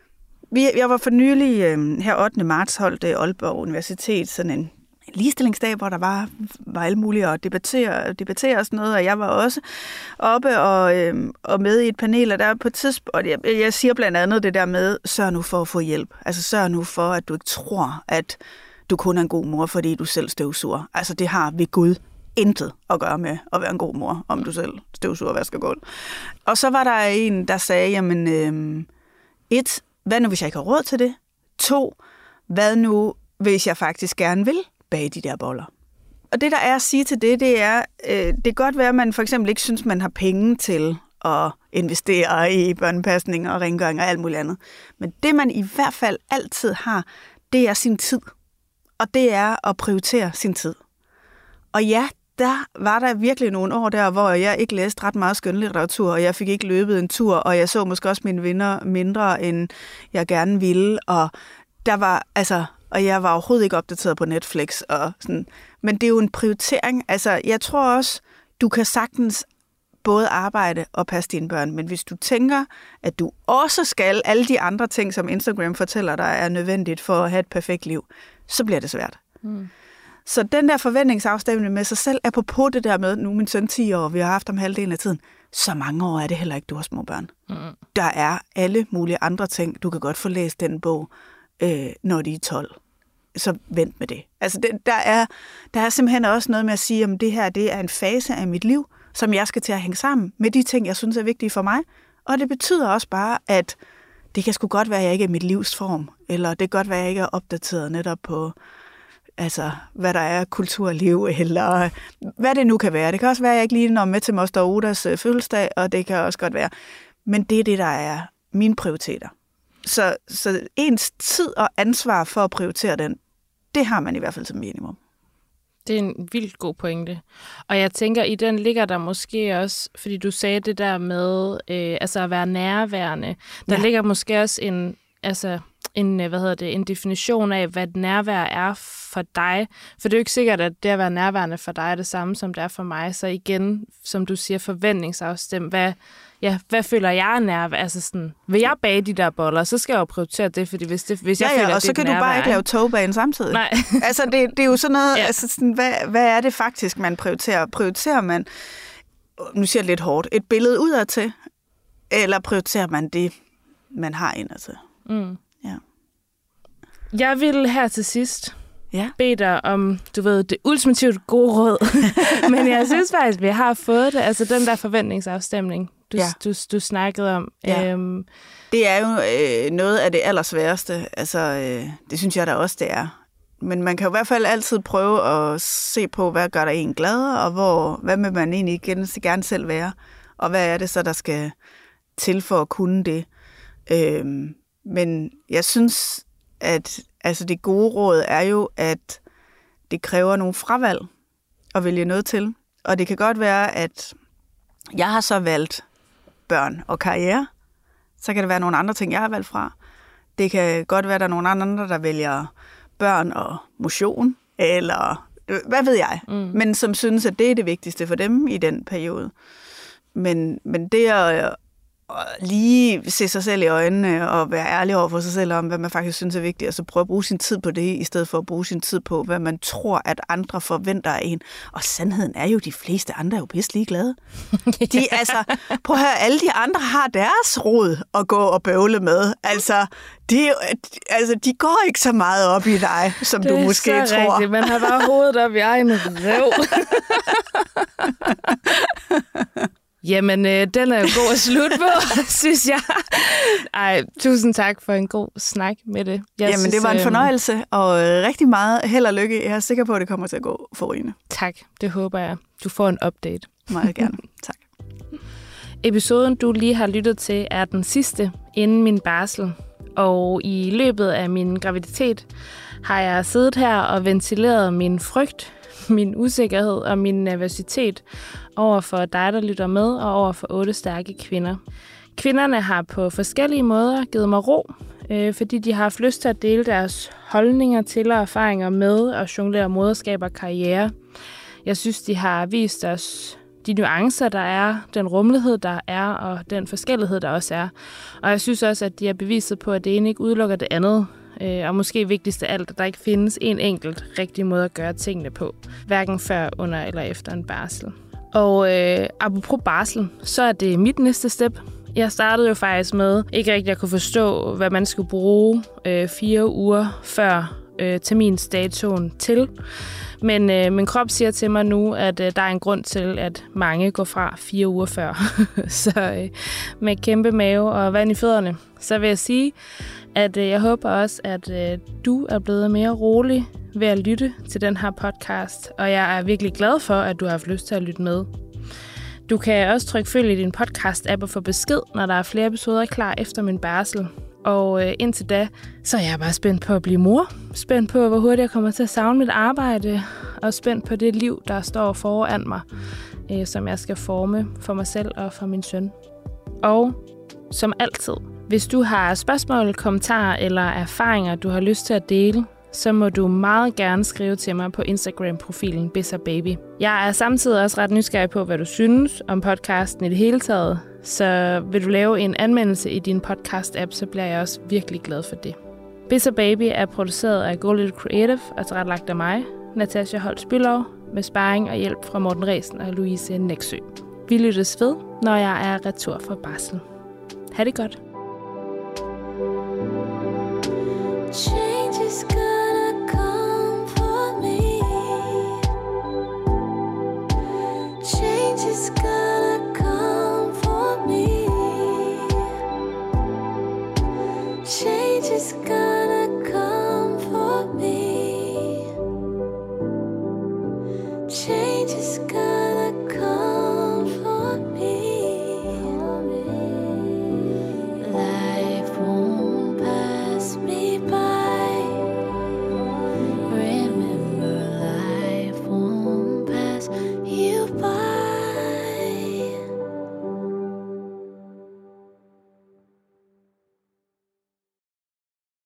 Vi, jeg var for nylig øhm, her ottende marts holdt Aalborg Universitet sådan en ligestillingsdag, hvor der var, var alle mulige at debattere, debattere og sådan noget, og jeg var også oppe og, øhm, og med i et panel, og der på et tidspunkt, jeg, jeg siger blandt andet det der med, sørg nu for at få hjælp. Altså sørg nu for, at du ikke tror, at du kun er en god mor, fordi du selv støvsuger. Altså det har ved Gud intet at gøre med at være en god mor, om du selv støvsuger og vasker gulv. Og så var der en, der sagde, jamen, øhm, et, hvad nu hvis jeg ikke har råd til det? To, hvad nu hvis jeg faktisk gerne vil bage de der boller? Og det, der er at sige til det, det er, øh, det kan godt være, at man for eksempel ikke synes, man har penge til at investere i børnepasning og rengøring og alt muligt andet. Men det, man i hvert fald altid har, det er sin tid. Og det er at prioritere sin tid. Og ja, der var der virkelig nogle år der, hvor jeg ikke læste ret meget skønlitteratur, og jeg fik ikke løbet en tur, og jeg så måske også mine venner mindre, end jeg gerne ville. Og der var, altså, og jeg var overhovedet ikke opdateret på Netflix. Og sådan. Men det er jo en prioritering. Altså, jeg tror også, du kan sagtens både arbejde og passe dine børn, men hvis du tænker, at du også skal alle de andre ting, som Instagram fortæller dig, er nødvendigt for at have et perfekt liv, så bliver det svært. Mm. Så den der forventningsafstemning med sig selv er på på det der med, nu er min søn ti år, vi har haft ham halvdelen af tiden, så mange år er det heller ikke, du har små børn. Mm. Der er alle mulige andre ting. Du kan godt få læst den bog, øh, når de er tolv. Så vent med det. Altså, det, der, er, der er simpelthen også noget med at sige, om det her det er en fase af mit liv, som jeg skal til at hænge sammen med de ting, jeg synes er vigtige for mig. Og det betyder også bare, at det kan sgu godt være, at jeg ikke er i mit livs form, eller det kan godt være, at jeg ikke er opdateret netop på, altså, hvad der er kulturliv, eller hvad det nu kan være. Det kan også være, at jeg ikke lige når med til Moster Odas øh, fødselsdag, og det kan også godt være. Men det er det, der er mine prioriteter. Så, så ens tid og ansvar for at prioritere den, det har man i hvert fald som minimum. Det er en vildt god pointe. Og jeg tænker, i den ligger der måske også, fordi du sagde det der med øh, altså at være nærværende, der ja. ligger måske også en, altså, en, hvad hedder det, en definition af, hvad nærvær er for dig. For det er jo ikke sikkert, at det at være nærværende for dig er det samme, som det er for mig. Så igen, som du siger, forventningsafstem. Hvad, ja, hvad føler jeg er nærvær? Altså sådan, vil jeg bage de der boller, så skal jeg jo prioritere det, fordi hvis, det, hvis ja, jeg ja, føler, og at det så kan du nærvær, bare ikke lave togbanen samtidig. Nej. altså, det, det er jo sådan noget, ja. altså sådan, hvad, hvad er det faktisk, man prioriterer? Prioriterer man, nu siger jeg lidt hårdt, et billede udadtil, eller prioriterer man det, man har indadtil? Mm. Ja. Jeg vil her til sidst Ja. bede dig om, du ved, det ultimativt gode råd. Men jeg synes faktisk, vi har fået det. Altså den der forventningsafstemning, du, Ja. du, du snakkede om. Ja. Øhm, Det er jo øh, noget af det allersværeste. Altså, øh, det synes jeg da også, det er. Men man kan jo i hvert fald altid prøve at se på, hvad gør der en glad, og hvor, hvad vil man egentlig gerne, gerne selv være, og hvad er det så, der skal til for at kunne det. Øhm, men jeg synes, at altså det gode råd er jo, at det kræver nogle fravalg at vælge noget til. Og det kan godt være, at jeg har så valgt børn og karriere. Så kan det være nogle andre ting, jeg har valgt fra. Det kan godt være, at der er nogle andre, der vælger børn og motion, eller hvad ved jeg. Mm. Men som synes, at det er det vigtigste for dem i den periode. Men, men det at lige se sig selv i øjnene og være ærlig over for sig selv om, hvad man faktisk synes er vigtigt, og så prøve at bruge sin tid på det, i stedet for at bruge sin tid på, hvad man tror, at andre forventer af en. Og sandheden er jo, de fleste andre er jo pisse ligeglade. De, altså, prøv at høre, alle de andre har deres råd at gå og bøvle med. Altså, de, altså, de går ikke så meget op i dig, som det du måske er så tror. rigtigt. Man har bare hovedet op i egen røv. Jamen, øh, den er jo god at slutte på, synes jeg. Ej, tusind tak for en god snak med det. Jeg Jamen, synes, det var en øh, fornøjelse, og rigtig meget held og lykke. Jeg er sikker på, at det kommer til at gå forrygende. Tak, det håber jeg. Du får en update. Meget gerne. Tak. Episoden, du lige har lyttet til, er den sidste inden min barsel. Og i løbet af min graviditet har jeg siddet her og ventileret min frygt, min usikkerhed og min nervøsitet over for dig, der lytter med, og over for otte stærke kvinder. Kvinderne har på forskellige måder givet mig ro, øh, fordi de har haft lyst til at dele deres holdninger til og erfaringer med at jonglere moderskab og karriere. Jeg synes, de har vist os de nuancer, der er, den rummelighed, der er, og den forskellighed, der også er. Og jeg synes også, at de har beviset på, at det ene ikke udelukker det andet. Og måske vigtigst af alt, at der ikke findes en enkelt rigtig måde at gøre tingene på. Hverken før, under eller efter en barsel. Og øh, apropos barsel, så er det mit næste step. Jeg startede jo faktisk med ikke rigtig at kunne forstå, hvad man skulle bruge øh, fire uger før øh, terminsdatoen til. Men øh, min krop siger til mig nu, at øh, der er en grund til, at mange går fra fire uger før. Så øh, med kæmpe mave og vand i fødderne, så vil jeg sige, at øh, jeg håber også, at øh, du er blevet mere rolig ved at lytte til den her podcast. Og jeg er virkelig glad for, at du har haft lyst til at lytte med. Du kan også trykke følg i din podcast-app og få besked, når der er flere episoder klar efter min barsel. Og øh, indtil da, så er jeg bare spændt på at blive mor. Spændt på, hvor hurtigt jeg kommer til at savne mit arbejde. Og spændt på det liv, der står foran mig, øh, som jeg skal forme for mig selv og for min søn. Og som altid, hvis du har spørgsmål, kommentarer eller erfaringer, du har lyst til at dele, så må du meget gerne skrive til mig på Instagram-profilen BizzaBaby. Jeg er samtidig også ret nysgerrig på, hvad du synes om podcasten i det hele taget. Så vil du lave en anmeldelse i din podcast-app, så bliver jeg også virkelig glad for det. BizzaBaby er produceret af Go Little Creative og tilrettelagt af mig, Natasha Holst-Bylov, med sparring og hjælp fra Morten Resen og Louise Nexø. Vi lyttes ved, når jeg er retur fra barsel. Ha' det godt. Change is gonna come for me. Change is gonna come for me. Change is gonna come for me. Change is gonna come for me. Life won't pass me by. Remember, life won't pass you by.